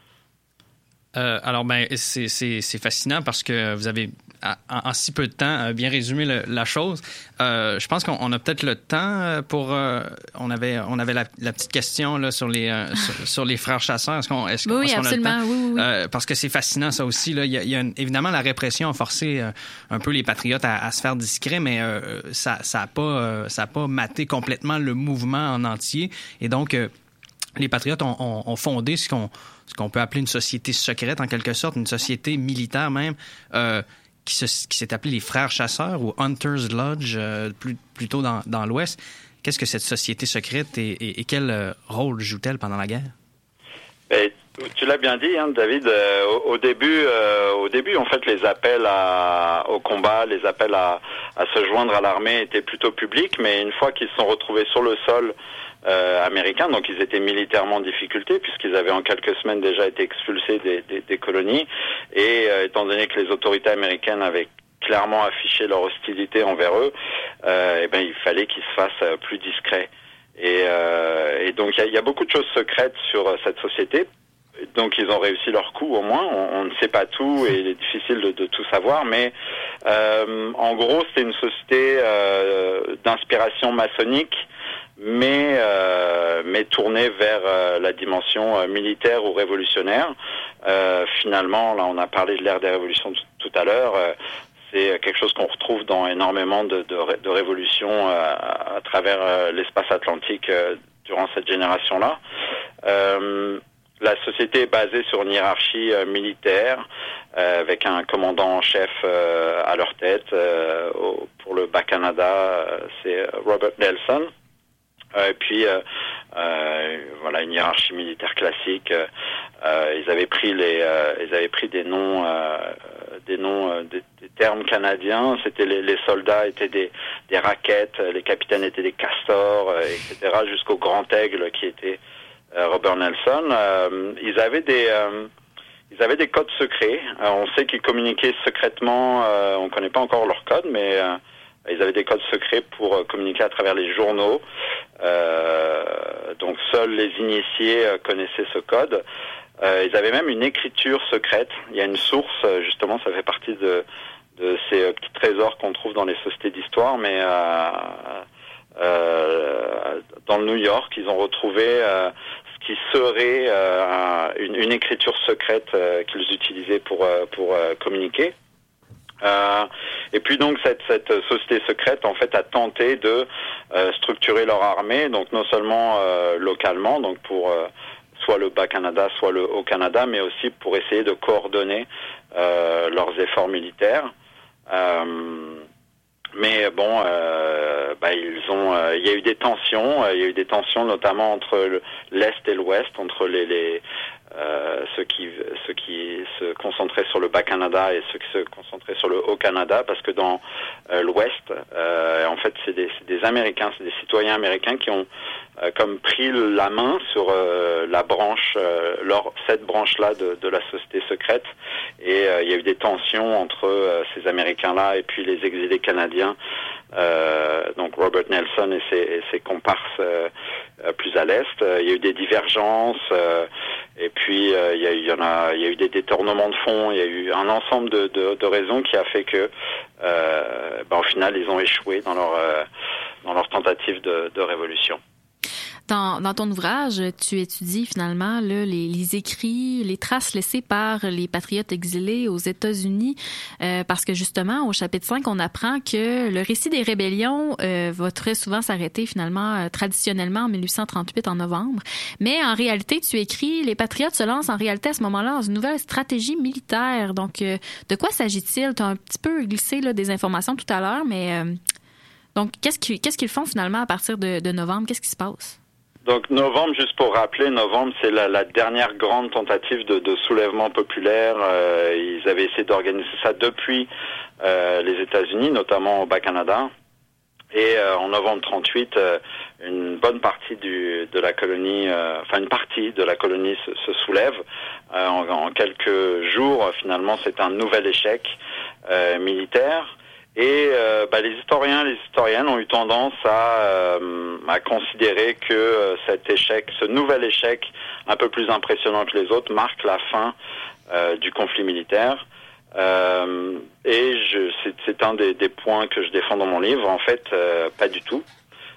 Euh, alors, ben, c'est, c'est, c'est fascinant parce que vous avez, en, en si peu de temps, bien résumé le, la chose. Euh, je pense qu'on on a peut-être le temps pour... Euh, on avait, on avait la, la petite question là, sur, les, euh, sur, sur les frères chasseurs. Est-ce qu'on, est-ce qu'on, oui, est-ce qu'on absolument. a le temps? Oui, oui, oui. Euh, parce que c'est fascinant, ça aussi. Là. Il y a, il y a une, évidemment, la répression a forcé euh, un peu les patriotes à, à se faire discrets, mais euh, ça n'a ça pas, euh, ça a pas maté complètement le mouvement en entier. Et donc... Euh, les patriotes ont, ont, ont fondé ce qu'on, ce qu'on peut appeler une société secrète, en quelque sorte, une société militaire même, euh, qui, se, qui s'est appelée les Frères Chasseurs ou Hunters Lodge, euh, plus, plutôt dans, dans l'Ouest. Qu'est-ce que cette société secrète et, et, et quel euh, rôle joue-t-elle pendant la guerre? Et tu l'as bien dit, hein, David. Euh, au, au début, euh, au début, en fait, les appels à, au combat, les appels à, à se joindre à l'armée étaient plutôt publics, mais une fois qu'ils se sont retrouvés sur le sol Euh, américains, donc ils étaient militairement en difficulté puisqu'ils avaient en quelques semaines déjà été expulsés des, des, des colonies et euh, étant donné que les autorités américaines avaient clairement affiché leur hostilité envers eux, euh, et ben il fallait qu'ils se fassent euh, plus discrets. Et, euh, et donc il y a, y a beaucoup de choses secrètes sur euh, cette société. Donc ils ont réussi leur coup au moins. On, on ne sait pas tout et il est difficile de, de tout savoir, mais euh, en gros c'est une société euh, d'inspiration maçonnique, mais euh, mais tournée vers euh, la dimension euh, militaire ou révolutionnaire. Euh, finalement, là, on a parlé de l'ère des révolutions t- tout à l'heure. Euh, c'est quelque chose qu'on retrouve dans énormément de, de, de révolutions euh, à travers euh, l'espace atlantique euh, durant cette génération-là. Euh, la société est basée sur une hiérarchie euh, militaire euh, avec un commandant en chef euh, à leur tête. Euh, au, pour le Bas-Canada, euh, c'est Robert Nelson. Euh, et puis euh, euh, voilà, une hiérarchie militaire classique. Euh, ils avaient pris les, euh, ils avaient pris des noms, euh, des noms, euh, des, des termes canadiens. C'était les, les soldats étaient des, des raquettes, les capitaines étaient des castors, euh, et cetera. Jusqu'au grand aigle qui était euh, Robert Nelson. Euh, ils avaient des euh, Ils avaient des codes secrets. Euh, on sait qu'ils communiquaient secrètement. Euh, on ne connaît pas encore leurs codes, mais euh, ils avaient des codes secrets pour euh, communiquer à travers les journaux. Euh, donc seuls les initiés euh, connaissaient ce code. Euh, ils avaient même une écriture secrète. Il y a une source, euh, justement, ça fait partie de, de ces euh, petits trésors qu'on trouve dans les sociétés d'histoire, mais euh, euh, dans le New York, ils ont retrouvé euh, ce qui serait euh, une, une écriture secrète euh, qu'ils utilisaient pour, euh, pour euh, communiquer. Euh, et puis donc cette, cette société secrète en fait a tenté de euh, structurer leur armée, donc non seulement euh, localement, donc pour euh, soit le Bas-Canada, soit le Haut-Canada, mais aussi pour essayer de coordonner euh, leurs efforts militaires. Euh, mais bon, euh, bah, ils ont, euh, il y a eu des tensions, il y a eu des tensions notamment entre le, l'Est et l'Ouest, entre les, les Euh, ceux qui ceux qui se concentraient sur le Bas-Canada et ceux qui se concentraient sur le Haut-Canada, parce que dans euh, l'Ouest, euh, en fait, c'est des, c'est des Américains, c'est des citoyens américains qui ont euh, comme pris la main sur euh, la branche, euh, leur, cette branche-là de, de la société secrète, et euh, il y a eu des tensions entre euh, ces Américains-là et puis les exilés canadiens, euh, donc Robert Nelson et ses, et ses comparses euh, plus à l'Est. Il y a eu des divergences, euh, et puis euh, il, y a, il y en a, il y a eu des détournements de fonds, il y a eu un ensemble de, de, de raisons qui a fait que, euh, ben, au final, ils ont échoué dans leur euh, dans leur tentative de, de révolution. Dans, dans ton ouvrage, tu étudies finalement là, les, les écrits, les traces laissées par les patriotes exilés aux États-Unis, euh, parce que justement, au chapitre cinq, on apprend que le récit des rébellions euh, va très souvent s'arrêter finalement euh, traditionnellement en dix-huit cent trente-huit en novembre. Mais en réalité, tu écris, les patriotes se lancent en réalité à ce moment-là dans une nouvelle stratégie militaire. Donc, euh, de quoi s'agit-il? Tu as un petit peu glissé là, des informations tout à l'heure, mais... Euh, Donc, qu'est-ce qu'ils, qu'est-ce qu'ils font finalement à partir de, de novembre? Qu'est-ce qui se passe? Donc, novembre, juste pour rappeler, novembre, c'est la, la dernière grande tentative de, de soulèvement populaire. Euh, ils avaient essayé d'organiser ça depuis euh, les États-Unis, notamment au Bas-Canada. Et euh, en novembre trente-huit, euh, une bonne partie du, de la colonie, euh, enfin une partie de la colonie se, se soulève. Euh, en, en quelques jours, finalement, c'est un nouvel échec euh, militaire. Et euh, bah, les historiens, les historiennes ont eu tendance à, euh, à considérer que euh, cet échec, ce nouvel échec, un peu plus impressionnant que les autres, marque la fin euh, du conflit militaire. Euh, et je, c'est, c'est un des, des points que je défends dans mon livre. En fait, euh, pas du tout.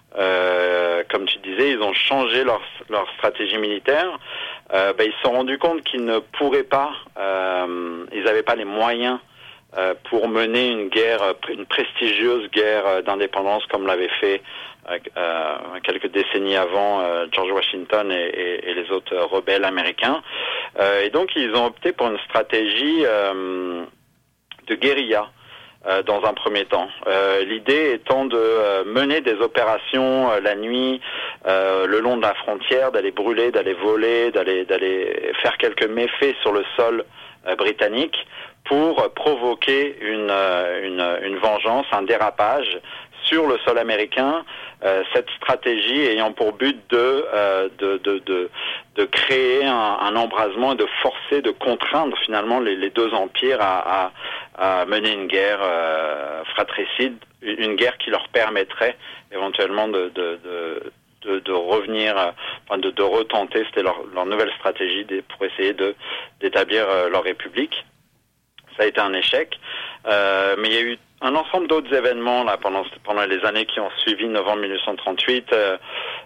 Euh, comme tu disais, ils ont changé leur, leur stratégie militaire. Euh, bah, ils se sont rendus compte qu'ils ne pourraient pas, euh, ils n'avaient pas les moyens Euh, pour mener une guerre, une prestigieuse guerre d'indépendance comme l'avait fait euh, euh, quelques décennies avant euh, George Washington et, et, et les autres rebelles américains. Euh, et donc ils ont opté pour une stratégie euh, de guérilla euh, dans un premier temps. Euh, l'idée étant de euh, mener des opérations euh, la nuit euh, le long de la frontière, d'aller brûler, d'aller voler, d'aller, d'aller faire quelques méfaits sur le sol euh, britannique, pour provoquer une, une, une vengeance, un dérapage sur le sol américain, euh, cette stratégie ayant pour but de, euh, de, de, de, de créer un, un embrasement et de forcer, de contraindre finalement les, les deux empires à, à, à mener une guerre euh, fratricide, une guerre qui leur permettrait éventuellement de, de, de De, de revenir, enfin de, de retenter, c'était leur, leur nouvelle stratégie pour essayer de d'établir euh, leur république. Ça a été un échec, euh, mais il y a eu un ensemble d'autres événements là pendant pendant les années qui ont suivi novembre dix-huit cent trente-huit. Euh,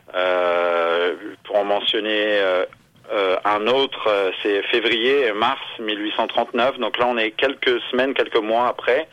euh, pour en mentionner euh, euh, un autre, euh, c'est février et mars dix-huit cent trente-neuf. Donc là, on est quelques semaines, quelques mois après,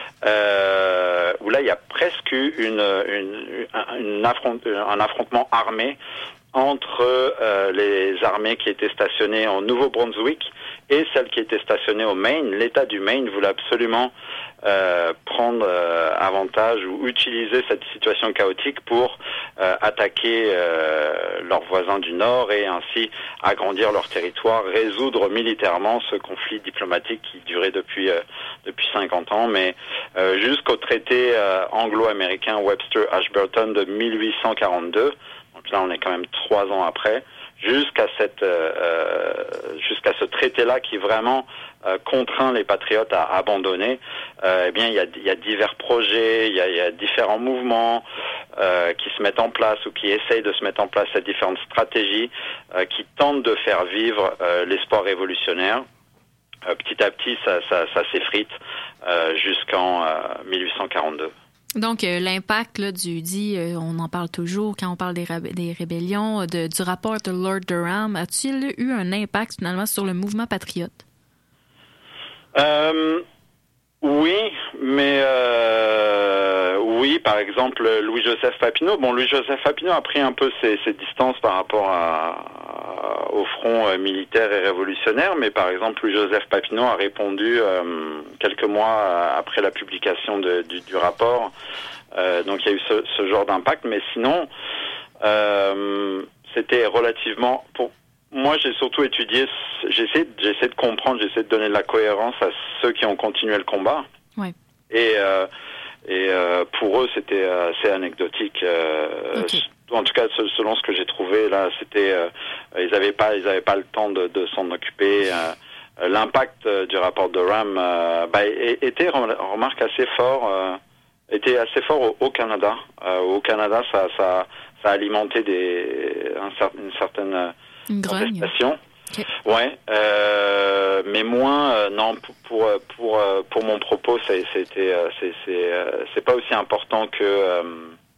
euh, où là, il y a presque eu une, une, une affront, un affrontement armé entre euh, les armées qui étaient stationnées en Nouveau-Brunswick et celles qui étaient stationnées au Maine. L'État du Maine voulait absolument euh, prendre euh, avantage ou utiliser cette situation chaotique pour euh, attaquer euh, leurs voisins du Nord et ainsi agrandir leur territoire, résoudre militairement ce conflit diplomatique qui durait depuis euh, depuis cinquante ans, mais euh, jusqu'au traité euh, anglo-américain Webster-Ashburton de dix-huit cent quarante-deux. Donc là, on est quand même trois ans après, jusqu'à cette, euh, jusqu'à ce traité-là qui vraiment euh, contraint les patriotes à abandonner. Euh, eh bien, il y a, il y a divers projets, il y a, il y a différents mouvements euh, qui se mettent en place ou qui essayent de se mettre en place, ces différentes stratégies euh, qui tentent de faire vivre euh, l'espoir révolutionnaire. Euh, petit à petit, ça, ça, ça s'effrite euh, jusqu'en euh, dix-huit cent quarante-deux. Donc, euh, l'impact là, du dit, euh, on en parle toujours quand on parle des, rab- des rébellions, de, du rapport de Lord Durham, a-t-il eu un impact finalement sur le mouvement patriote? Euh, oui, mais euh, oui, par exemple, Louis-Joseph Papineau. Bon, Louis-Joseph Papineau a pris un peu ses, ses distances par rapport à, à, au front euh, militaire et révolutionnaire, mais par exemple, Louis-Joseph Papineau a répondu euh, quelques mois après la publication de, du, du rapport. Euh, donc, il y a eu ce, ce genre d'impact, mais sinon, euh, c'était relativement... Pour, moi, j'ai surtout étudié, j'essaie, j'essaie de comprendre, j'essaie de donner de la cohérence à ceux qui ont continué le combat. Ouais. Et, euh, et euh, pour eux, c'était assez anecdotique. Euh, okay. En tout cas, selon ce que j'ai trouvé, là, c'était, euh, ils n'avaient pas, ils avaient pas le temps de, de s'en occuper. Euh, l'impact du rapport de Durham euh, bah, était, remarque, assez fort. Euh, était assez fort au, au Canada. Euh, au Canada, ça, ça, ça a alimenté des, un, une certaine Une contestation. Okay. Ouais, euh, mais moins euh, non pour pour pour pour mon propos, c'est, c'était c'est c'est c'est pas aussi important que euh,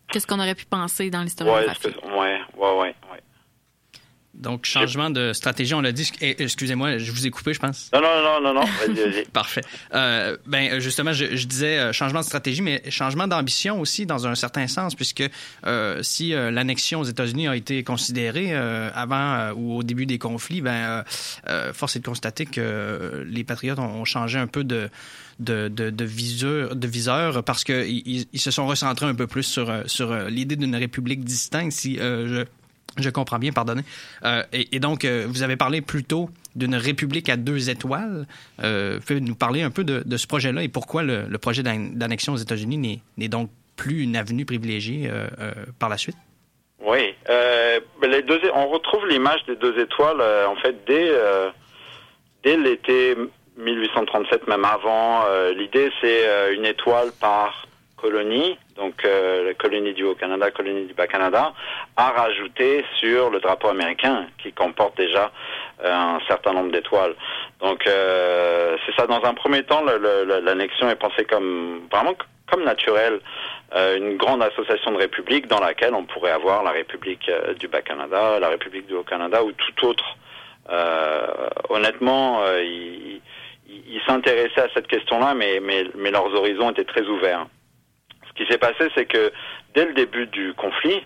que ce qu'on aurait pu penser dans Ouais, l'historiographie. est-ce que- ouais, ouais, ouais, ouais. Donc, changement de stratégie, on l'a dit. Eh, excusez-moi, je vous ai coupé, je pense. Non, non, non, non, non, vas-y, vas-y. Parfait. Euh, ben, justement, je, je disais euh, changement de stratégie, mais changement d'ambition aussi, dans un certain sens, puisque euh, si euh, l'annexion aux États-Unis a été considérée euh, avant euh, ou au début des conflits, ben, euh, euh, force est de constater que euh, les Patriotes ont, ont changé un peu de de, de, de viseur, de viseur parce qu'ils ils, ils se sont recentrés un peu plus sur, sur l'idée d'une république distincte, si euh, je Je comprends bien, pardonnez. Euh, et, et donc, euh, vous avez parlé plutôt d'une république à deux étoiles. Euh, vous pouvez nous parler un peu de, de ce projet-là et pourquoi le, le projet d'an- d'annexion aux États-Unis n'est, n'est donc plus une avenue privilégiée euh, euh, par la suite? Oui, euh, les deux, on retrouve l'image des deux étoiles euh, en fait dès euh, dès l'été mille huit cent trente-sept, même avant. Euh, l'idée, c'est euh, une étoile par colonie, donc euh, la colonie du Haut-Canada, colonie du Bas-Canada, à rajouter sur le drapeau américain qui comporte déjà euh, un certain nombre d'étoiles. Donc euh, c'est ça. Dans un premier temps, le, le, l'annexion est pensée comme vraiment comme naturelle, euh, une grande association de républiques dans laquelle on pourrait avoir la République euh, du Bas-Canada, la République du Haut-Canada ou tout autre. Euh, honnêtement, euh, ils, ils, ils s'intéressaient à cette question-là, mais, mais, mais leurs horizons étaient très ouverts. Ce qui s'est passé, c'est que dès le début du conflit,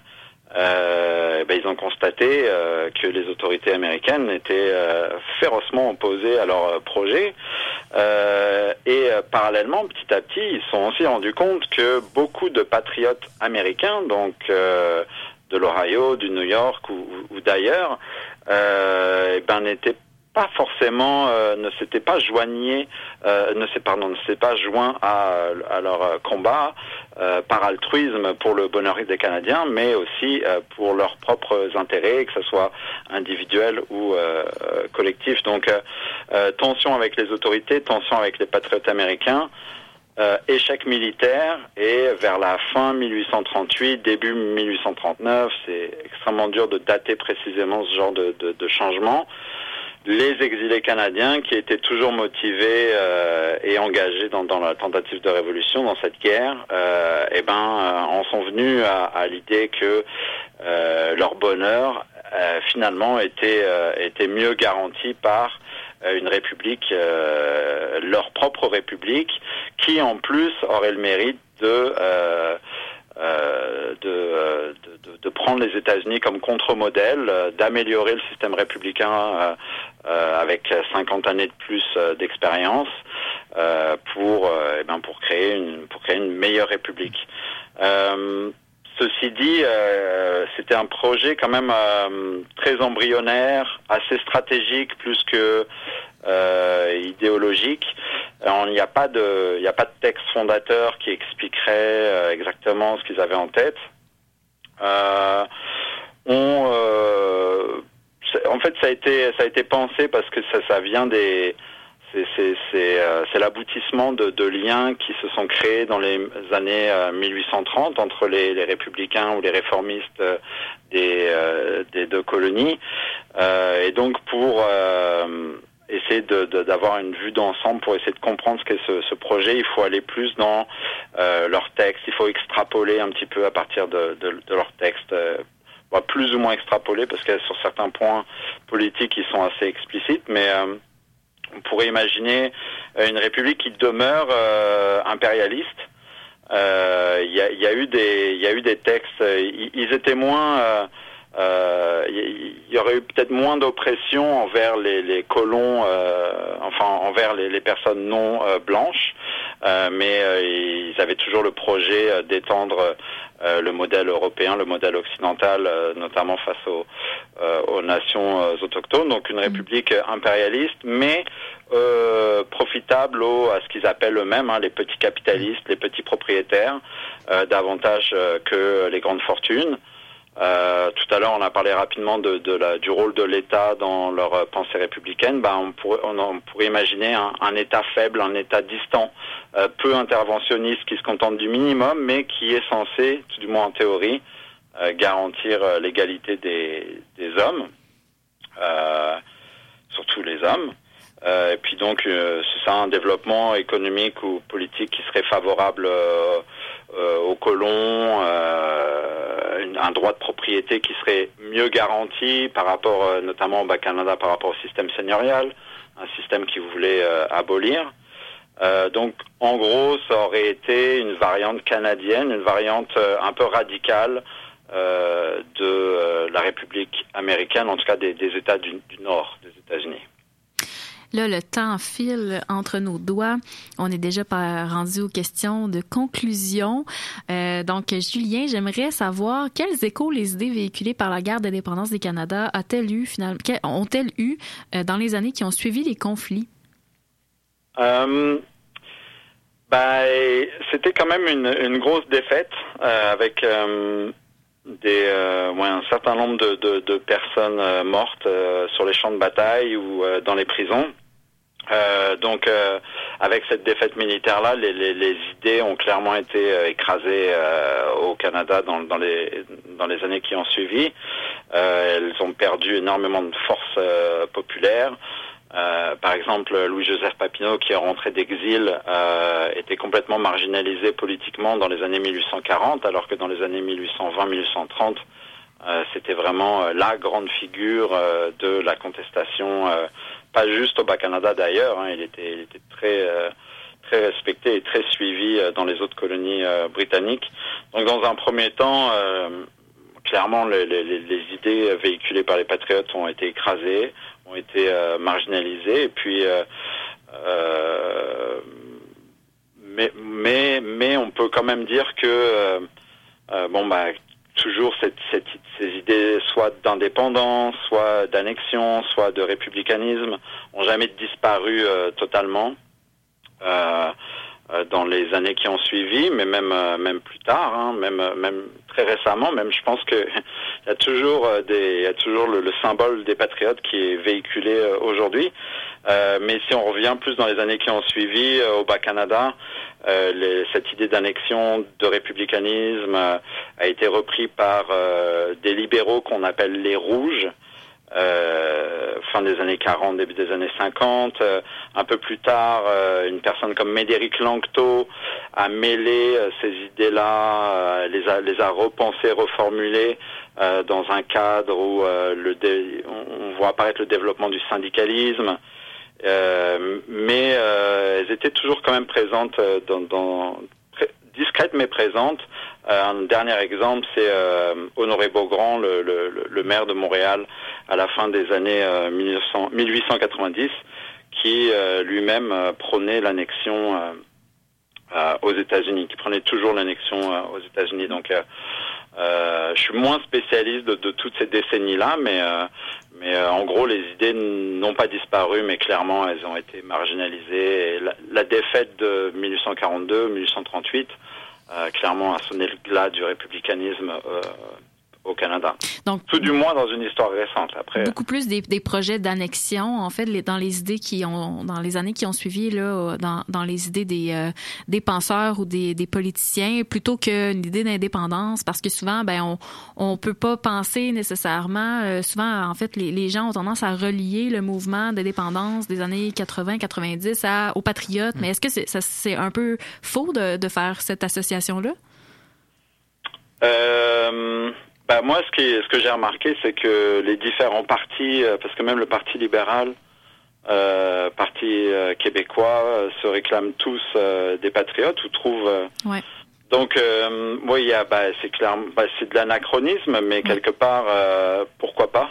euh, ben, ils ont constaté euh, que les autorités américaines étaient euh, férocement opposées à leur euh, projet. Euh, et euh, parallèlement, petit à petit, ils se sont aussi rendus compte que beaucoup de patriotes américains, donc euh, de l'Ohio, du New York ou, ou d'ailleurs, euh, ben, n'étaient pas forcément, euh, ne s'étaient pas joignés, euh, ne s'est pardon, ne s'est pas joints à, à leur combat euh, par altruisme pour le bonheur des Canadiens, mais aussi euh, pour leurs propres intérêts, que ce soit individuel ou euh, collectif. Donc, euh, euh, tension avec les autorités, tension avec les patriotes américains. Euh, échec militaire, et vers la fin mille huit cent trente-huit, début mille huit cent trente-neuf, c'est extrêmement dur de dater précisément ce genre de, de, de changement. Les exilés canadiens, qui étaient toujours motivés euh, et engagés dans, dans la tentative de révolution, dans cette guerre, euh, eh ben, euh, en sont venus à, à l'idée que euh, leur bonheur, euh, finalement, était, euh, était mieux garanti par euh, une république, euh, leur propre république, qui en plus aurait le mérite de... Euh, Euh, de, euh, de, de, de prendre les États-Unis comme contre-modèle, euh, d'améliorer le système républicain euh, euh, avec cinquante années de plus euh, d'expérience euh, pour, euh, eh ben, pour créer une pour créer une meilleure république. Euh, ceci dit, euh, c'était un projet quand même euh, très embryonnaire, assez stratégique plus que euh, idéologique. Il n'y a pas de, il n'y a pas de texte fondateur qui expliquerait euh, exactement ce qu'ils avaient en tête. Euh, on, euh, en fait, ça a été, ça a été pensé parce que ça, ça vient des, c'est, c'est, c'est, euh, c'est l'aboutissement de, de liens qui se sont créés dans les années euh, mille huit cent trente entre les, les républicains ou les réformistes euh, des, euh, des deux colonies. Euh, et donc pour euh, essayer de, de, d'avoir une vue d'ensemble, pour essayer de comprendre ce qu'est ce, ce projet, il faut aller plus dans euh, leur texte, il faut extrapoler un petit peu à partir de, de, de leur texte, euh, bon, plus ou moins extrapoler, parce que sur certains points politiques, ils sont assez explicites, mais euh, on pourrait imaginer une république qui demeure euh, impérialiste. Il euh, y, a, y a eu des, il y a eu des textes, ils, ils étaient moins... Euh, Euh, il y, y aurait eu peut-être moins d'oppression envers les, les colons, euh, enfin envers les, les personnes non euh, blanches, euh, mais euh, ils avaient toujours le projet euh, d'étendre euh, le modèle européen, le modèle occidental, euh, notamment face aux, euh, aux nations euh, autochtones. Donc une république impérialiste, mais euh, profitable aux, à ce qu'ils appellent eux-mêmes hein, les petits capitalistes, les petits propriétaires, euh, davantage euh, que les grandes fortunes. Euh, tout à l'heure, on a parlé rapidement de, de la, du rôle de l'État dans leur euh, pensée républicaine. Ben, on, pourrait, on, on pourrait imaginer un, un État faible, un État distant, euh, peu interventionniste, qui se contente du minimum, mais qui est censé, tout du moins en théorie, euh, garantir euh, l'égalité des, des hommes, euh, surtout les hommes. Euh, et puis donc, euh, c'est ça, un développement économique ou politique qui serait favorable euh, euh, aux colons, euh, une, un droit de propriété qui serait mieux garanti par rapport, euh, notamment au Bas-Canada, par rapport au système seigneurial, un système qu'ils voulaient euh, abolir. Euh, donc, en gros, ça aurait été une variante canadienne, une variante euh, un peu radicale euh, de euh, la République américaine, en tout cas des, des États du, du Nord des États-Unis. Là, le temps file entre nos doigts. On est déjà par, rendu aux questions de conclusion. Euh, donc, Julien, j'aimerais savoir quels échos les idées véhiculées par la guerre d'indépendance du Canada a-t-elle eu, finalement, ont-elles eu euh, dans les années qui ont suivi les conflits? Euh, bah, c'était quand même une, une grosse défaite euh, avec euh, des, euh, ouais, un certain nombre de, de, de personnes euh, mortes euh, sur les champs de bataille ou euh, dans les prisons. Euh, donc, euh, avec cette défaite militaire-là, les, les, les idées ont clairement été euh, écrasées euh, au Canada dans, dans, les, dans les années qui ont suivi. Euh, elles ont perdu énormément de force euh, populaire. Euh, par exemple, Louis-Joseph Papineau, qui est rentré d'exil, euh, était complètement marginalisé politiquement dans les années mille huit cent quarante, alors que dans les années mille huit cent vingt mille huit cent trente, euh, c'était vraiment euh, la grande figure euh, de la contestation, euh, pas juste au Bas-Canada d'ailleurs, hein, il était, il était très, euh, très respecté et très suivi euh, dans les autres colonies euh, britanniques. Donc, dans un premier temps, euh, clairement, les, les, les idées véhiculées par les patriotes ont été écrasées, ont été euh, marginalisés et puis euh, euh, mais mais mais on peut quand même dire que euh, euh, bon bah toujours cette, cette ces idées soit d'indépendance, soit d'annexion, soit de républicanisme ont jamais disparu euh, totalement euh, euh, dans les années qui ont suivi, mais même euh, même plus tard, hein, même même très récemment, même je pense que il y a toujours euh, des, il y a toujours le, le symbole des patriotes qui est véhiculé euh, aujourd'hui. Euh, mais si on revient plus dans les années qui ont suivi euh, au Bas-Canada, euh, les, cette idée d'annexion, de républicanisme euh, a été repris par euh, des libéraux qu'on appelle les Rouges. Euh, fin des années quarante, début des années cinquante. Euh, un peu plus tard, euh, une personne comme Médéric Langto a mêlé euh, ces idées-là, euh, les a les a repensées, reformulées euh, dans un cadre où euh, le dé- on voit apparaître le développement du syndicalisme. Euh, mais euh, elles étaient toujours quand même présentes euh, dans, dans pré- discrètes mais présentes. Euh, un dernier exemple, c'est euh, Honoré Beaugrand, le, le, le maire de Montréal, à la fin des années euh, mille huit cent quatre-vingt-dix, qui euh, lui-même euh, prônait l'annexion euh, euh, aux États-Unis, qui prenait toujours l'annexion euh, aux États-Unis. Donc, euh, euh, je suis moins spécialiste de, de toutes ces décennies-là, mais euh, mais euh, en gros, les idées n'ont pas disparu, mais clairement, elles ont été marginalisées. Et la, la défaite de mille huit cent quarante-deux, mille huit cent trente-huit, euh, clairement a sonné le glas du républicanisme euh, au Canada. Donc, tout du moins dans une histoire récente. Après, beaucoup plus des, des projets d'annexion, en fait, les, dans les idées qui ont, dans les années qui ont suivi, là, dans, dans les idées des, euh, des penseurs ou des, des politiciens, plutôt qu'une idée d'indépendance, parce que souvent, ben, on, on peut pas penser nécessairement, euh, souvent, en fait, les, les gens ont tendance à relier le mouvement d'indépendance des années quatre-vingts quatre-vingt-dix à, aux patriotes, mmh. mais est-ce que c'est, ça, c'est un peu faux de, de faire cette association-là? Euh... Bah moi, ce, qui, ce que j'ai remarqué, c'est que les différents partis, parce que même le Parti libéral, euh, Parti euh, québécois, euh, se réclament tous euh, des patriotes ou trouvent. Euh, ouais. Donc, euh, oui, il y a, bah, c'est clair, bah, c'est de l'anachronisme, mais ouais. quelque part, euh, pourquoi pas.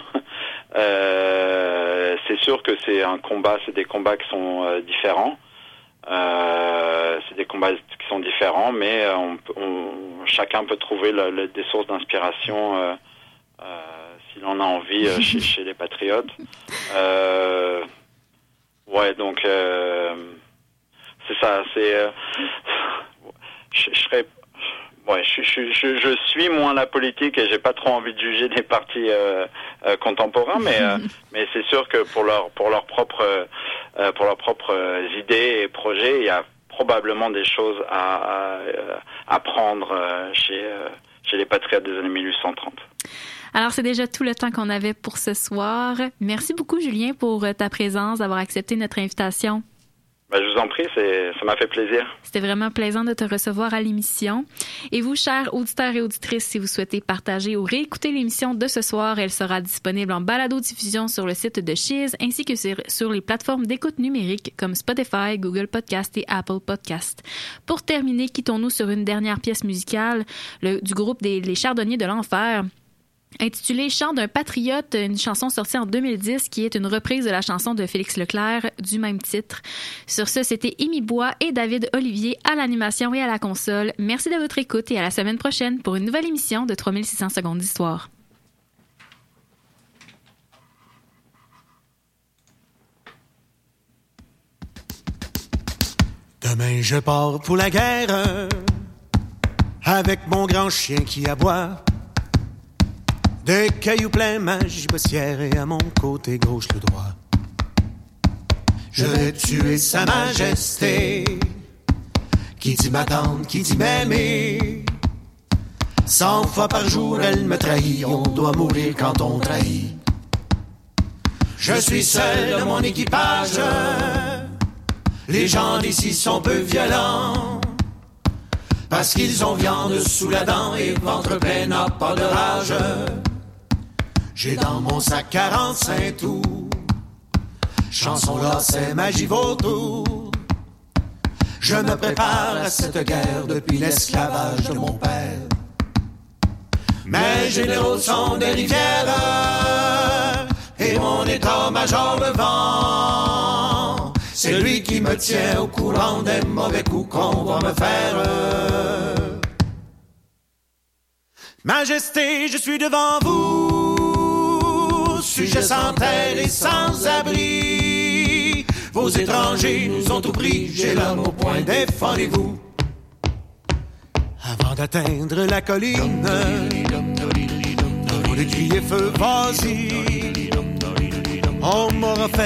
euh, C'est sûr que c'est un combat, c'est des combats qui sont euh, différents. Euh, c'est des combats qui sont différents, mais on, on, chacun peut trouver le, le, des sources d'inspiration euh, euh, s'il en a envie euh, chez, chez les patriotes. Euh, ouais, donc euh, c'est ça. C'est euh, je, je serais Ouais, je, je, je, je suis moins la politique et j'ai pas trop envie de juger des partis euh, euh, contemporains, mais euh, mais c'est sûr que pour leur pour leurs propres euh, pour leurs propres idées et projets, il y a probablement des choses à à, à prendre euh, chez euh, chez les patriotes des années mille huit cent trente. Alors, c'est déjà tout le temps qu'on avait pour ce soir. Merci beaucoup, Julien, pour ta présence, d'avoir accepté notre invitation. Bah, je vous en prie, c'est, ça m'a fait plaisir. C'était vraiment plaisant de te recevoir à l'émission. Et vous, chers auditeurs et auditrices, si vous souhaitez partager ou réécouter l'émission de ce soir, elle sera disponible en balado-diffusion sur le site de Chiz ainsi que sur, sur les plateformes d'écoute numérique comme Spotify, Google Podcast et Apple Podcast. Pour terminer, quittons-nous sur une dernière pièce musicale le, du groupe des Les Chardonniers de l'Enfer, intitulée Chant d'un patriote, une chanson sortie en deux mille dix qui est une reprise de la chanson de Félix Leclerc du même titre. Sur ce, c'était Amy Bois et David Olivier à l'animation et à la console. Merci de votre écoute et à la semaine prochaine pour une nouvelle émission de trois mille six cents secondes d'histoire. Demain je pars pour la guerre avec mon grand chien qui aboie. Des cailloux pleins ma gibossière et à mon côté gauche le droit. Je vais tuer sa majesté qui dit m'attendre, qui dit m'aimer. Cent fois par jour elle me trahit, on doit mourir quand on trahit. Je suis seul de mon équipage, les gens d'ici sont peu violents. Parce qu'ils ont viande sous la dent et ventre plein n'a pas de rage. J'ai dans mon sac quarante-cinq tours. Chanson là, c'est magie vautour. Je me prépare à cette guerre depuis l'esclavage de mon père. Mes généraux sont des rivières et mon état-major le vent. C'est lui qui me tient au courant des mauvais coups qu'on va me faire. Majesté, je suis devant vous, suis-je sans terre et sans abri. Vos étrangers nous ont tout pris, j'ai l'homme au point, défendez-vous. Avant d'atteindre la colline, on a crié feu, vas-y. On m'aura fait